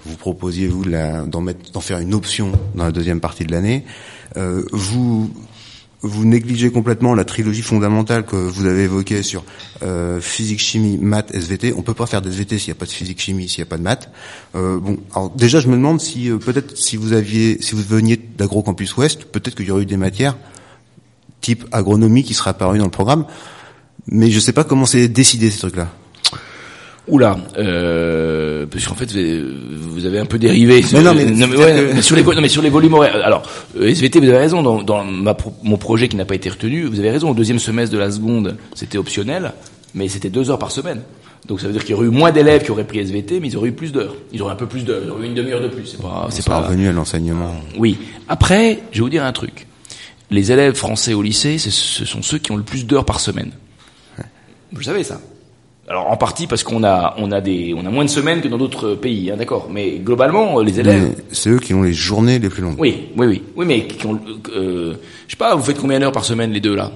F: vous proposiez vous de la, d'en mettre, d'en faire une option dans la deuxième partie de l'année. Euh, vous vous négligez complètement la trilogie fondamentale que vous avez évoquée sur euh, physique, chimie, maths, S V T. On peut pas faire de S V T s'il n'y a pas de physique, chimie, s'il n'y a pas de maths. Euh, bon, alors déjà, je me demande si euh, peut-être si vous aviez, si vous veniez d'Agro-Campus Ouest, peut-être qu'il y aurait eu des matières type agronomie qui seraient apparues dans le programme. Mais je sais pas comment c'est décidé ces trucs-là.
E: Oula, euh, parce qu'en fait vous avez un peu dérivé.
F: Mais non, mais,
E: non, mais, ouais, mais sur les non mais sur les volumes horaires. Alors euh, S V T, vous avez raison. Dans, dans ma pro, mon projet qui n'a pas été retenu, vous avez raison. Au deuxième semestre de la seconde, c'était optionnel, mais c'était deux heures par semaine. Donc ça veut dire qu'il y aurait eu moins d'élèves qui auraient pris S V T, mais ils auraient eu plus d'heures. Ils auraient un peu plus d'heures. Ils auraient eu une demi-heure de plus. C'est pas.
F: C'est pas revenu à l'enseignement.
E: Oui. Après, je vais vous dire un truc. Les élèves français au lycée, ce sont ceux qui ont le plus d'heures par semaine. Ouais. Vous savez ça. Alors en partie parce qu'on a on a des on a moins de semaines que dans d'autres pays, hein, d'accord. Mais globalement les élèves,
F: mais c'est eux qui ont les journées les plus longues.
E: Oui, oui, oui, oui, mais qui ont, euh, je sais pas, vous faites combien d'heures par semaine les deux là?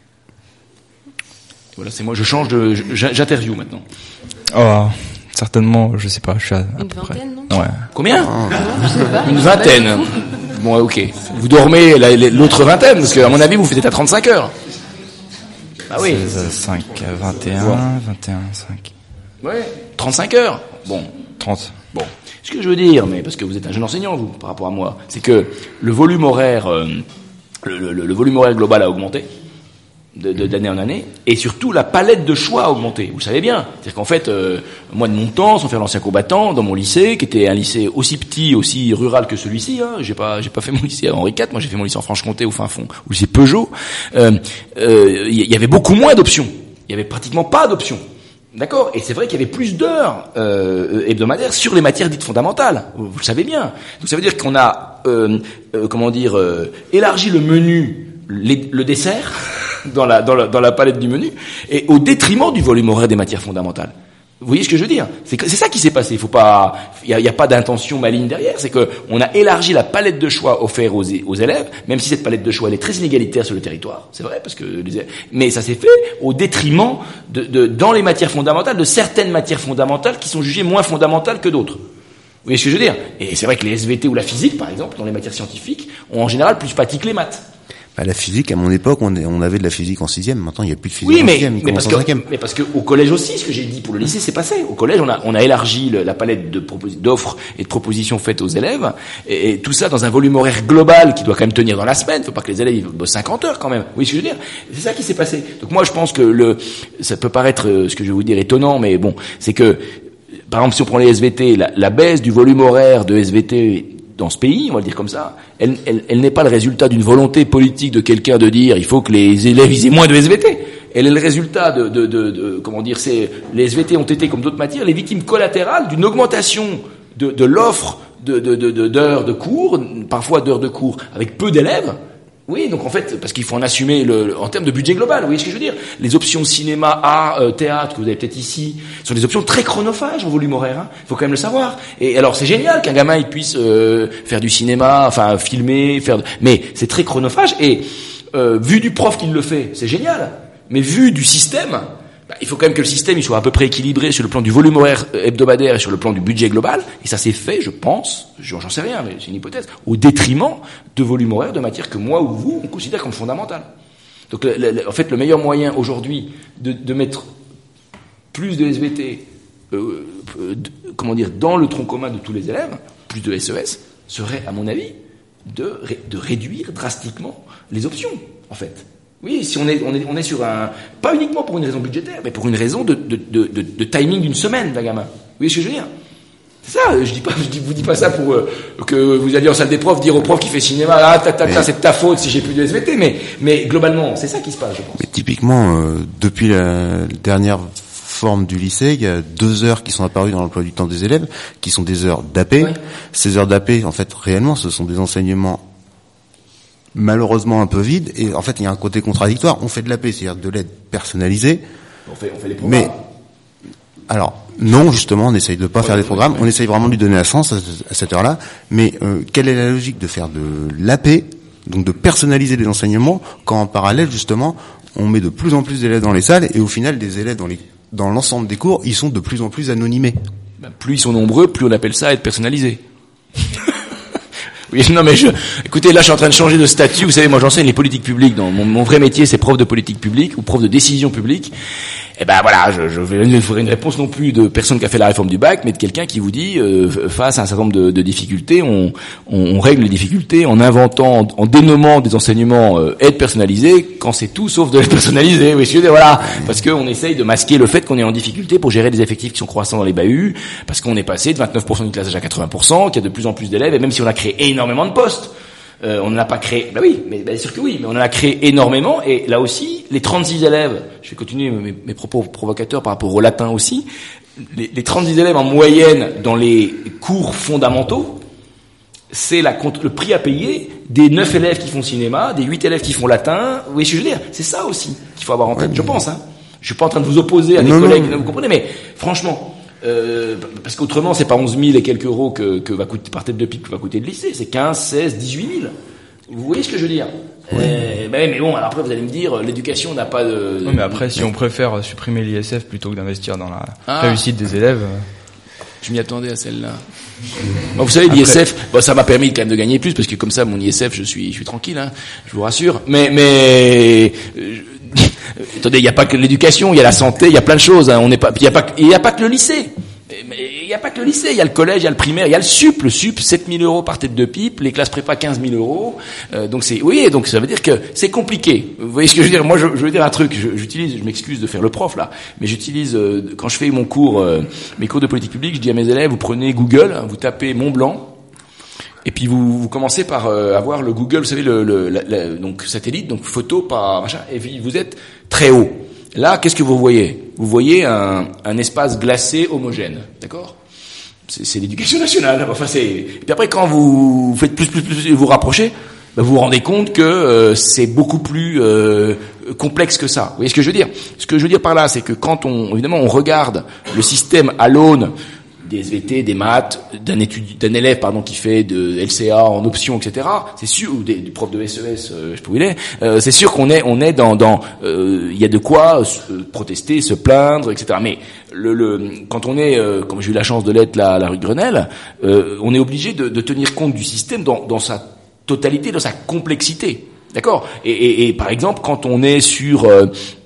E: Voilà, c'est moi, je change de, j'interview maintenant.
C: Oh, certainement, je sais pas, je suis à, à
A: une
C: peu
A: vingtaine,
C: près.
A: non?
C: Ouais.
E: Combien?
A: Non, je sais pas.
E: Une vingtaine. Bon, ok. Vous dormez la, l'autre vingtaine, parce que à mon avis vous faites à trente-cinq heures. Ah oui.
C: seize, cinq, vingt et un, bon. vingt et un, cinq.
E: Ouais. trente-cinq heures. Bon.
C: trente.
E: Bon. Ce que je veux dire, mais parce que vous êtes un jeune enseignant, vous, par rapport à moi, c'est que le volume horaire, euh, le, le, le volume horaire global a augmenté. De, de, d'année en année, et surtout la palette de choix a augmenté. Vous le savez bien. C'est-à-dire qu'en fait, euh, moi de mon temps, sans faire l'ancien combattant, dans mon lycée, qui était un lycée aussi petit, aussi rural que celui-ci, hein, j'ai pas, j'ai pas fait mon lycée à Henri quatre, moi j'ai fait mon lycée en Franche-Comté au fin fond, au lycée Peugeot. Euh, euh, y, y avait beaucoup moins d'options. Il y avait pratiquement pas d'options. D'accord. Et c'est vrai qu'il y avait plus d'heures euh, hebdomadaires sur les matières dites fondamentales. Vous, vous le savez bien. Donc ça veut dire qu'on a, euh, euh, comment dire, euh, élargi le menu, les, le dessert. Dans la, dans la, dans la palette du menu, et au détriment du volume horaire des matières fondamentales. Vous voyez ce que je veux dire? C'est que, c'est ça qui s'est passé. Il faut pas, il y a, y a pas d'intention maligne derrière. C'est que on a élargi la palette de choix offert aux, aux élèves, même si cette palette de choix elle est très inégalitaire sur le territoire. C'est vrai parce que, les, mais ça s'est fait au détriment de, de, dans les matières fondamentales, de certaines matières fondamentales qui sont jugées moins fondamentales que d'autres. Vous voyez ce que je veux dire? Et c'est vrai que les S V T ou la physique, par exemple, dans les matières scientifiques, ont en général plus pratiqué que les maths.
F: Bah, la physique, à mon époque, on, on avait de la physique en sixième. Maintenant, il n'y a plus de physique
E: oui,
F: en
E: mais,
F: sixième. Il
E: mais
F: commence
E: parce
F: en
E: que,
F: cinquième.
E: mais parce que au collège aussi, ce que j'ai dit pour le lycée, c'est passé. Au collège, on a, on a élargi le, la palette de propos- d'offres et de propositions faites aux élèves, et, et tout ça dans un volume horaire global qui doit quand même tenir dans la semaine. Faut pas que les élèves ils bossent cinquante heures quand même. Oui, ce que je veux dire. C'est ça qui s'est passé. Donc moi, je pense que le, ça peut paraître, euh, ce que je vais vous dire, étonnant, mais bon, c'est que, par exemple, si on prend les S V T, la, la baisse du volume horaire de S V T dans ce pays, on va le dire comme ça, elle, elle, elle n'est pas le résultat d'une volonté politique de quelqu'un de dire il faut que les élèves aient moins de S V T. Elle est le résultat de, de, de, de comment dire, c'est les S V T ont été comme d'autres matières les victimes collatérales d'une augmentation de, de l'offre de, de, de, de, d'heures de cours, parfois d'heures de cours avec peu d'élèves. Oui, donc en fait, parce qu'il faut en assumer le, en termes de budget global, vous voyez ce que je veux dire? Les options cinéma, art, euh, théâtre, que vous avez peut-être ici, sont des options très chronophages en volume horaire, hein. Il faut quand même le savoir. Et alors, c'est génial qu'un gamin, il puisse euh, faire du cinéma, enfin, filmer, faire... De... Mais c'est très chronophage, et euh, vu du prof qui le fait, c'est génial. Mais vu du système, bah, il faut quand même que le système il soit à peu près équilibré sur le plan du volume horaire hebdomadaire et sur le plan du budget global. Et ça s'est fait, je pense, j'en sais rien, mais c'est une hypothèse, au détriment de volume horaire de matières que moi ou vous, on considère comme fondamentales. Donc, le, le, en fait, le meilleur moyen aujourd'hui de, de mettre plus de S V T, euh, de, comment dire, dans le tronc commun de tous les élèves, plus de S E S, serait, à mon avis, de, de réduire drastiquement les options, en fait. Oui, si on est, on est, on est sur un, pas uniquement pour une raison budgétaire, mais pour une raison de, de, de, de, de timing d'une semaine d'un gamin. Vous voyez ce que je veux dire? C'est ça, je dis pas, je dis, vous dis pas ça pour euh, que vous alliez en salle des profs dire au prof qui fait cinéma, ah, ta, ta, ta, c'est de ta faute si j'ai plus de S V T, mais, mais globalement, c'est ça qui se passe, je pense.
F: Mais typiquement, euh, depuis la dernière forme du lycée, il y a deux heures qui sont apparues dans l'emploi du temps des élèves, qui sont des heures d'A P. Ouais. Ces heures d'A P, en fait, réellement, ce sont des enseignements malheureusement un peu vide, et en fait il y a un côté contradictoire. On fait de l'A P, c'est-à-dire de l'aide personnalisée.
E: On fait, on fait les programmes.
F: Mais alors non, justement, on essaye de pas ouais, faire des programmes. Ouais. On essaye vraiment de lui donner un sens à, à cette heure-là. Mais euh, quelle est la logique de faire de l'A P, donc de personnaliser les enseignements, quand en parallèle justement on met de plus en plus d'élèves dans les salles, et au final des élèves dans les dans l'ensemble des cours, ils sont de plus en plus anonymés.
E: Ben, plus ils sont nombreux, plus on appelle ça être personnalisé. Oui, non mais je, écoutez, là je suis en train de changer de statut. Vous savez, moi j'enseigne les politiques publiques. Dans mon, mon vrai métier, c'est prof de politique publique ou prof de décision publique. Et ben voilà, je, je vais ne ferai une réponse non plus de personne qui a fait la réforme du bac, mais de quelqu'un qui vous dit, euh, face à un certain nombre de, de difficultés, on, on, on règle les difficultés en inventant, en, en dénommant des enseignements euh, aide personnalisée, quand c'est tout sauf de l'aide personnalisée. Oui, je veux dire, voilà, parce qu'on essaye de masquer le fait qu'on est en difficulté pour gérer des effectifs qui sont croissants dans les B A U, parce qu'on est passé de vingt-neuf pour cent du classage à quatre-vingts pour cent, qu'il y a de plus en plus d'élèves, et même si on a créé énormément de postes. Euh, on n'en a pas créé, bah oui, mais bien sûr que oui, mais on en a créé énormément, et là aussi, les trente-six élèves, je vais continuer mes, mes propos provocateurs par rapport au latin aussi, les, les trente-six élèves en moyenne dans les cours fondamentaux, c'est la, le prix à payer des neuf élèves qui font cinéma, des huit élèves qui font latin, vous voyez ce que je veux dire? C'est ça aussi qu'il faut avoir en tête, ouais, je pense, hein. Je suis pas en train de vous opposer à des non, collègues, non. Vous comprenez, mais franchement, Euh, parce qu'autrement, c'est pas onze mille et quelques euros que, que va coûter, par tête de pipe que va coûter le lycée, c'est quinze, seize, dix-huit mille. Vous voyez ce que je veux dire? Ouais. Euh, ben, mais bon, alors après, vous allez me dire, l'éducation n'a pas de...
C: Non, mais après, si on préfère supprimer l'I S F plutôt que d'investir dans la ah. réussite des élèves...
E: Je m'y attendais à celle-là. Bon, vous savez, l'I S F, bon, ça m'a permis quand même de gagner plus, parce que comme ça, mon I S F, je suis, je suis tranquille, hein, je vous rassure. Mais, mais, euh, attendez, il n'y a pas que l'éducation, il y a la santé, il y a plein de choses. Hein, on n'est pas, il y a pas, il y a pas que le lycée. Il n'y a pas que le lycée, il y a le collège, il y a le primaire, il y a le sup, le sup, sept mille euros par tête de pipe, les classes prépa quinze mille euros. Euh, donc c'est, oui, donc ça veut dire que c'est compliqué. Vous voyez ce que je veux dire? Moi, je, je veux dire un truc. Je, j'utilise, je m'excuse de faire le prof là, mais j'utilise euh, quand je fais mon cours, euh, mes cours de politique publique, je dis à mes élèves, vous prenez Google, vous tapez Mont Blanc. Et puis vous, vous commencez par euh, avoir le Google, vous savez, le, le la, la, donc satellite, donc photo par machin, et puis vous êtes très haut. Là, qu'est-ce que vous voyez? Vous voyez un, un espace glacé homogène, d'accord? C'est, c'est l'éducation nationale. Enfin, c'est. Et puis après, quand vous faites plus, plus, plus, et vous rapprochez, ben vous vous rendez compte que euh, c'est beaucoup plus euh, complexe que ça. Vous voyez ce que je veux dire? Ce que je veux dire par là, c'est que quand on, évidemment, on regarde le système à l'aune des S V T, des maths, d'un étudiant, d'un élève, pardon, qui fait de L C A en option, et cetera. C'est sûr, ou des, du prof de S E S, euh, je sais pas où il est. Euh, c'est sûr qu'on est, on est dans, dans, il euh, y a de quoi se, protester, se plaindre, et cetera. Mais le, le, quand on est, euh, comme j'ai eu la chance de l'être là, à la rue de Grenelle, euh, on est obligé de, de tenir compte du système dans, dans sa totalité, dans sa complexité. D'accord? Et, et, et par exemple, quand on est sur euh,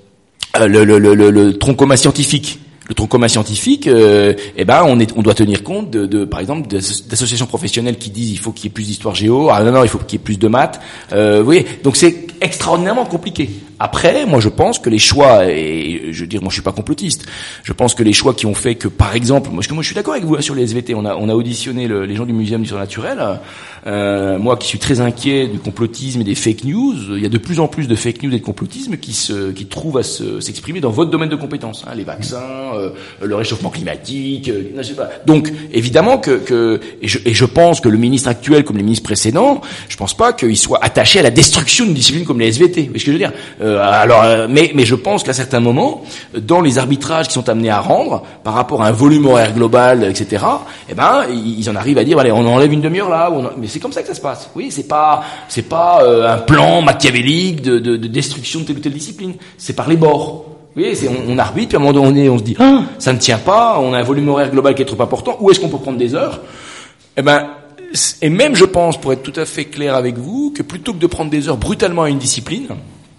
E: le, le, le, le, le tronc commun scientifique. Le tronc commun scientifique, euh, eh ben, on est, on doit tenir compte de, de par exemple, d'associations professionnelles qui disent il faut qu'il y ait plus d'histoire géo, ah non non, il faut qu'il y ait plus de maths. Euh, vous voyez, donc c'est extraordinairement compliqué. Après, moi, je pense que les choix, et je veux dire, moi, je suis pas complotiste. Je pense que les choix qui ont fait que, par exemple, moi, parce que moi, je suis d'accord avec vous hein, sur les S V T. On a, on a auditionné le, les gens du Muséum du Surnaturel. Euh, moi, qui suis très inquiet du complotisme et des fake news, il y a de plus en plus de fake news et de complotisme qui se, qui trouvent à se, s'exprimer dans votre domaine de compétences. Hein, les vaccins, euh, le réchauffement climatique, euh, je sais pas. Donc, évidemment que, que et, je, et je pense que le ministre actuel, comme les ministres précédents, je pense pas qu'il soit attaché à la destruction d'une discipline comme les S V T. Vous voyez ce que je veux dire? Euh, alors, euh, mais, mais je pense qu'à certains moments, dans les arbitrages qui sont amenés à rendre, par rapport à un volume horaire global, et cetera, eh ben, ils en arrivent à dire, allez, on enlève une demi-heure là, ou on en... mais c'est comme ça que ça se passe. Oui, c'est pas, c'est pas euh, un plan machiavélique de, de, de destruction de telle ou telle discipline. C'est par les bords. Oui, c'est, on, on arbitre, puis à un moment donné, on se dit, ah, ça ne tient pas, on a un volume horaire global qui est trop important. Où est-ce qu'on peut prendre des heures? Eh ben. Et même, je pense, pour être tout à fait clair avec vous, que plutôt que de prendre des heures brutalement à une discipline,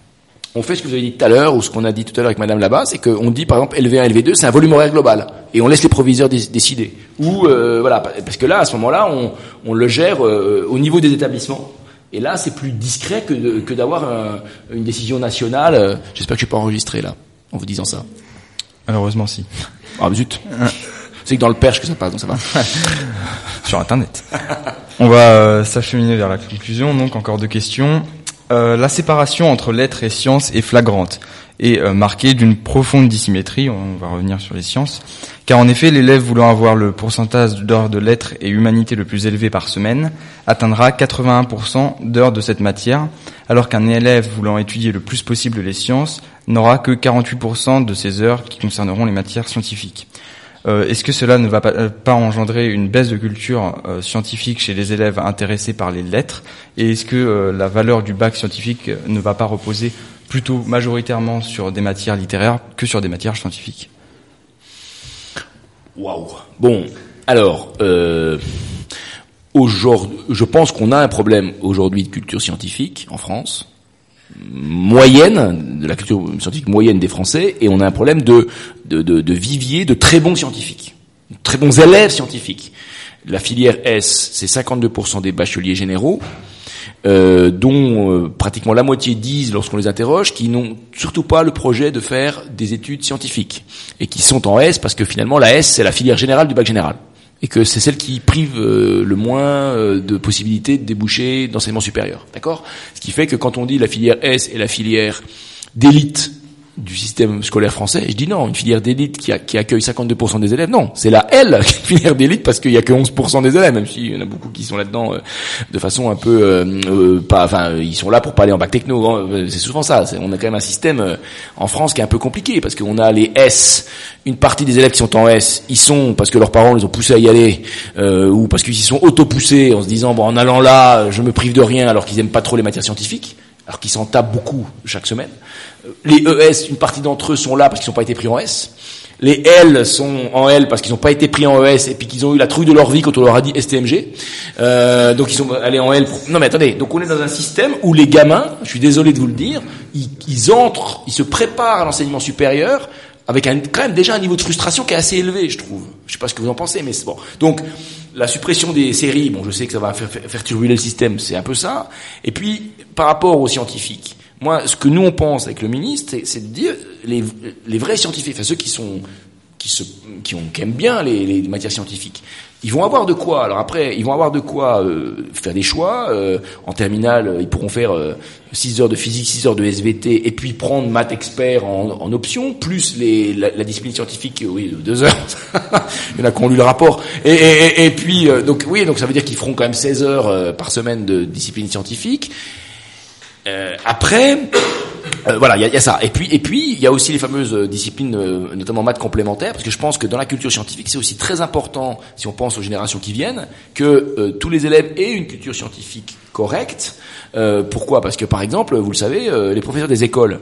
E: on fait ce que vous avez dit tout à l'heure, ou ce qu'on a dit tout à l'heure avec madame là-bas, c'est qu'on dit, par exemple, L V un, L V deux, c'est un volume horaire global. Et on laisse les proviseurs dé- décider. Ou, euh, voilà, parce que là, à ce moment-là, on, on le gère euh, au niveau des établissements. Et là, c'est plus discret que, de, que d'avoir un, une décision nationale. Euh, j'espère que je suis pas enregistré, là, en vous disant ça.
C: Malheureusement, si.
E: Ah, zut. C'est que dans le Perche que ça passe, donc ça va.
C: Sur Internet. On va euh, s'acheminer vers la conclusion, donc encore deux questions. Euh, la séparation entre lettres et sciences est flagrante et euh, marquée d'une profonde dissymétrie, on va revenir sur les sciences, car en effet l'élève voulant avoir le pourcentage d'heures de lettres et humanité le plus élevé par semaine atteindra quatre-vingt-un pour cent d'heures de cette matière, alors qu'un élève voulant étudier le plus possible les sciences n'aura que quarante-huit pour cent de ces heures qui concerneront les matières scientifiques. Euh, est-ce que cela ne va pas, euh, pas engendrer une baisse de culture euh, scientifique chez les élèves intéressés par les lettres? Et est-ce que euh, la valeur du bac scientifique ne va pas reposer plutôt majoritairement sur des matières littéraires que sur des matières scientifiques?
E: Waouh. Bon, alors, euh, aujourd'hui, je pense qu'on a un problème aujourd'hui de culture scientifique en France, moyenne, de la culture scientifique moyenne des Français, et on a un problème de, de, de, de vivier de très bons scientifiques, de très bons élèves scientifiques. La filière S, c'est cinquante-deux pour cent des bacheliers généraux, euh, dont euh, pratiquement la moitié disent, lorsqu'on les interroge, qu'ils n'ont surtout pas le projet de faire des études scientifiques, et qui sont en S parce que finalement la S, c'est la filière générale du bac général, et que c'est celle qui prive euh, le moins euh, de possibilités de déboucher d'enseignement supérieur. D'accord ? Ce qui fait que quand on dit la filière S est la filière d'élite du système scolaire français, je dis non, une filière d'élite qui, a, qui accueille cinquante-deux pour cent des élèves, non, c'est la L, filière d'élite, parce qu'il y a que onze pour cent des élèves, même s'il y en a beaucoup qui sont là-dedans euh, de façon un peu euh, euh, pas, enfin, ils sont là pour pas aller en bac techno, hein, c'est souvent ça. C'est, on a quand même un système euh, en France qui est un peu compliqué, parce qu'on a les S, une partie des élèves qui sont en S, ils sont parce que leurs parents les ont poussés à y aller, euh, ou parce qu'ils s'y sont auto-poussés en se disant bon, en allant là, je me prive de rien, alors qu'ils aiment pas trop les matières scientifiques, alors qu'ils s'en tapent beaucoup chaque semaine. Les E S, une partie d'entre eux sont là parce qu'ils n'ont pas été pris en S. Les L sont en L parce qu'ils n'ont pas été pris en E S et puis qu'ils ont eu la trouille de leur vie quand on leur a dit S T M G. Euh, donc ils sont allés en L. Pour... Non mais attendez, donc on est dans un système où les gamins, je suis désolé de vous le dire, ils, ils entrent, ils se préparent à l'enseignement supérieur avec un, quand même déjà un niveau de frustration qui est assez élevé, je trouve. Je sais pas ce que vous en pensez, mais c'est bon. Donc la suppression des séries, bon, je sais que ça va faire, faire turbuler le système, c'est un peu ça. Et puis par rapport aux scientifiques. Moi, ce que nous on pense avec le ministre, c'est, c'est de dire les, les vrais scientifiques, enfin ceux qui sont, qui se, qui ont, qui aiment bien les, les matières scientifiques, ils vont avoir de quoi. Alors après, ils vont avoir de quoi euh, faire des choix. Euh, en terminale, ils pourront faire euh, six heures de physique, six heures de S V T, et puis prendre maths expert en, en option, plus les, la, la discipline scientifique, oui, deux heures. Il y en a qui ont lu le rapport. Et, et, et, et puis, euh, donc oui, donc ça veut dire qu'ils feront quand même seize heures euh, par semaine de discipline scientifique. Euh, après, euh, voilà, il y a, y a ça. Et puis, et puis, il y a aussi les fameuses disciplines, euh, notamment maths complémentaires, parce que je pense que dans la culture scientifique, c'est aussi très important, si on pense aux générations qui viennent, que euh, tous les élèves aient une culture scientifique correcte. Euh, pourquoi ? Parce que, par exemple, vous le savez, euh, les professeurs des écoles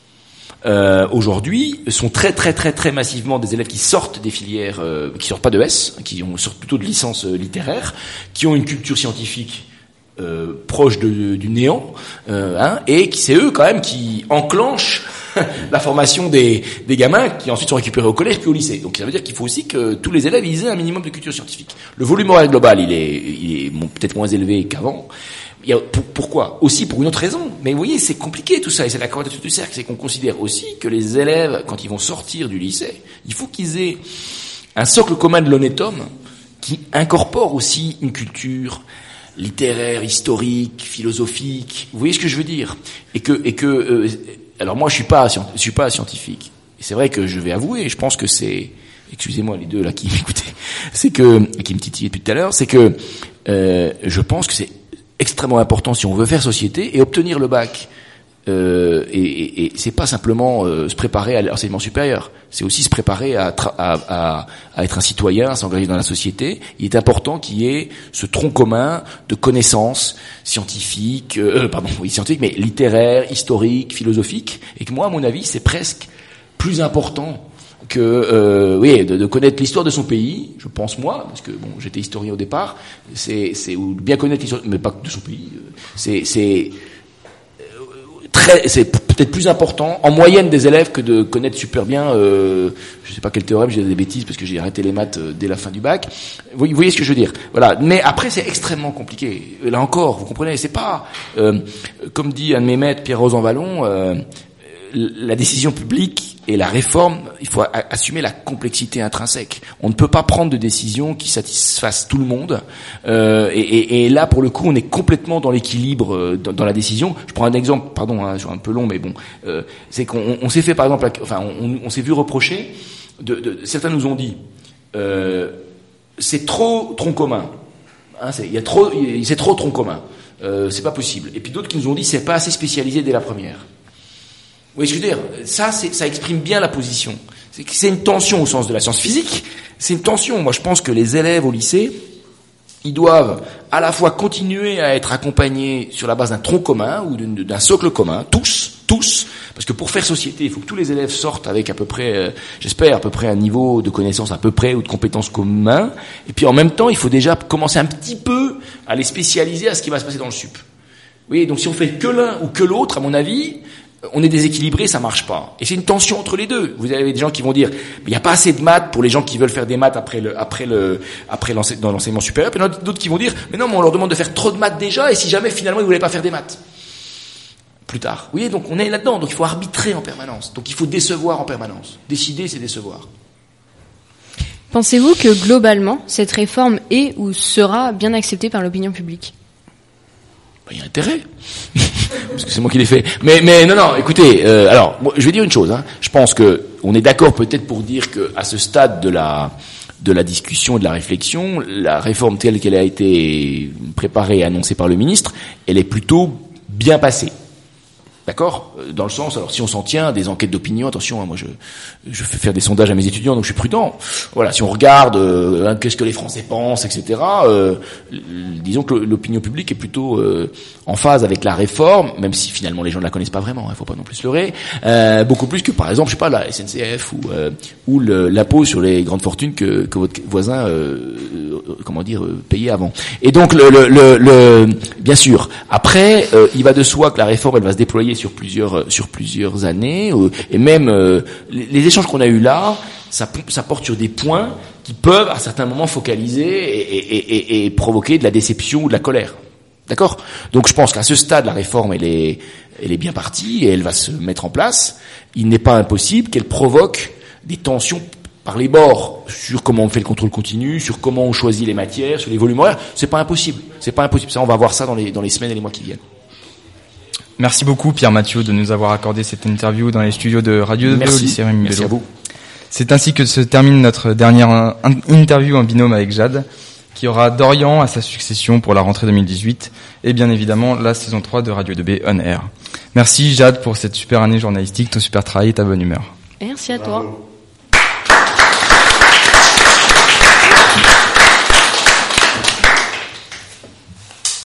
E: euh, aujourd'hui sont très, très, très, très massivement des élèves qui sortent des filières, euh, qui sortent pas de S, qui ont sortent plutôt de licences euh, littéraires, qui ont une culture scientifique Euh, proche de, du néant, euh, hein, et qui c'est eux quand même qui enclenchent la formation des, des gamins qui ensuite sont récupérés au collège puis au lycée. Donc ça veut dire qu'il faut aussi que tous les élèves aient un minimum de culture scientifique. Le volume horaire global, il est, il est bon, peut-être moins élevé qu'avant. Il y a, pour, pourquoi ? Aussi pour une autre raison. Mais vous voyez, c'est compliqué tout ça, et c'est la quadrature du cercle, c'est qu'on considère aussi que les élèves, quand ils vont sortir du lycée, il faut qu'ils aient un socle commun de l'honnête homme qui incorpore aussi une culture littéraire, historique, philosophique. Vous voyez ce que je veux dire ? Et que, et que, euh, alors moi je suis pas, je suis pas scientifique. Et c'est vrai que je vais avouer, je pense que c'est, excusez-moi les deux là qui m'écoutaient, c'est que, qui me titillaient depuis tout à l'heure, c'est que euh, je pense que c'est extrêmement important si on veut faire société et obtenir le bac. Euh, et, et, et c'est pas simplement euh, se préparer à l'enseignement supérieur, c'est aussi se préparer à, tra- à, à, à être un citoyen, à s'engager dans la société. Il est important qu'il y ait ce tronc commun de connaissances scientifiques, euh, pardon, oui scientifiques, mais littéraires, historiques, philosophiques, et que moi, à mon avis, c'est presque plus important que euh, oui de, de connaître l'histoire de son pays. Je pense moi, parce que bon, j'étais historien au départ. C'est, c'est ou bien connaître l'histoire, mais pas de son pays. C'est, c'est Très, c'est peut-être plus important en moyenne des élèves que de connaître super bien, euh, je sais pas quel théorème, j'ai des bêtises parce que j'ai arrêté les maths euh, dès la fin du bac. Vous, vous voyez ce que je veux dire ? Voilà. Mais après, c'est extrêmement compliqué. Là encore, vous comprenez, c'est pas euh, comme dit un de mes maîtres, Pierre Rosanvallon, euh, la décision publique et la réforme, il faut a- assumer la complexité intrinsèque. On ne peut pas prendre de décision qui satisfasse tout le monde. Euh, et, et, et là, pour le coup, on est complètement dans l'équilibre euh, dans, dans la décision. Je prends un exemple, pardon, hein, je suis un peu long, mais bon, euh, c'est qu'on on s'est fait, par exemple, enfin, on, on s'est vu reprocher. De, de, certains nous ont dit, euh, c'est trop tronc commun. Hein, c'est, il y a trop, c'est trop tronc commun. Euh, c'est pas possible. Et puis d'autres qui nous ont dit, c'est pas assez spécialisé dès la première. Vous voyez ce que je veux dire ? Ça, c'est, ça exprime bien la position. C'est, c'est une tension au sens de la science physique. C'est une tension. Moi, je pense que les élèves au lycée, Ils doivent à la fois continuer à être accompagnés sur la base d'un tronc commun ou d'un socle commun, tous, tous, parce que pour faire société, il faut que tous les élèves sortent avec à peu près, euh, j'espère, à peu près un niveau de connaissance à peu près ou de compétences communs. Et puis en même temps, il faut déjà commencer un petit peu à les spécialiser à ce qui va se passer dans le sup. Oui, donc si on fait que l'un ou que l'autre, à mon avis, on est déséquilibré, ça marche pas. Et c'est une tension entre les deux. Vous avez des gens qui vont dire, mais il n'y a pas assez de maths pour les gens qui veulent faire des maths après le, après le, après l'ense- dans l'enseignement supérieur. Puis d'autres qui vont dire, mais non, mais on leur demande de faire trop de maths déjà, et si jamais finalement ils voulaient pas faire des maths plus tard. Vous voyez, donc on est là-dedans. Donc il faut arbitrer en permanence. Donc il faut décevoir en permanence. Décider, c'est décevoir.
A: Pensez-vous que globalement, cette réforme est ou sera bien acceptée par l'opinion publique ?
E: Il y a intérêt, parce que c'est moi qui l'ai fait. Mais, mais non, non. Écoutez, euh, alors, moi, je vais dire une chose. Hein. Je pense que on est d'accord peut-être pour dire que à ce stade de la de la discussion et de la réflexion, la réforme telle qu'elle a été préparée et annoncée par le ministre, elle est plutôt bien passée. D'accord ? Dans le sens, alors si on s'en tient à des enquêtes d'opinion, attention, hein, moi je je fais faire des sondages à mes étudiants, donc je suis prudent. Voilà, si on regarde euh, qu'est-ce que les Français pensent, et cetera. Euh, disons que l'opinion publique est plutôt euh, en phase avec la réforme, même si finalement les gens ne la connaissent pas vraiment. Il hein, faut pas non plus se leurrer. Euh, beaucoup plus que par exemple, je sais pas, la S N C F ou euh, ou le, l'impôt sur les grandes fortunes que que votre voisin euh, euh, comment dire euh, payait avant. Et donc le le le, le bien sûr. Après, euh, il va de soi que la réforme elle va se déployer sur plusieurs sur plusieurs années euh, et même euh, les, les échanges qu'on a eus là, ça, ça porte sur des points qui peuvent à certains moments focaliser et, et, et, et provoquer de la déception ou de la colère. D'accord ? Donc je pense qu'à ce stade la réforme elle est elle est bien partie et elle va se mettre en place. Il n'est pas impossible qu'elle provoque des tensions par les bords sur comment on fait le contrôle continu, sur comment on choisit les matières, sur les volumes horaires. C'est pas impossible. C'est pas impossible. Ça on va voir ça dans les dans les semaines et les mois qui viennent.
C: Merci beaucoup Pierre Mathieu de nous avoir accordé cette interview dans les studios de Radio deux B au lycée Rémi Bello.
E: Merci à vous.
C: C'est ainsi que se termine notre dernière interview en binôme avec Jade, qui aura Dorian à sa succession pour la rentrée deux mille dix-huit et bien évidemment la saison trois de Radio deux B On Air. Merci Jade pour cette super année journalistique, ton super travail et ta bonne humeur.
A: Merci à toi.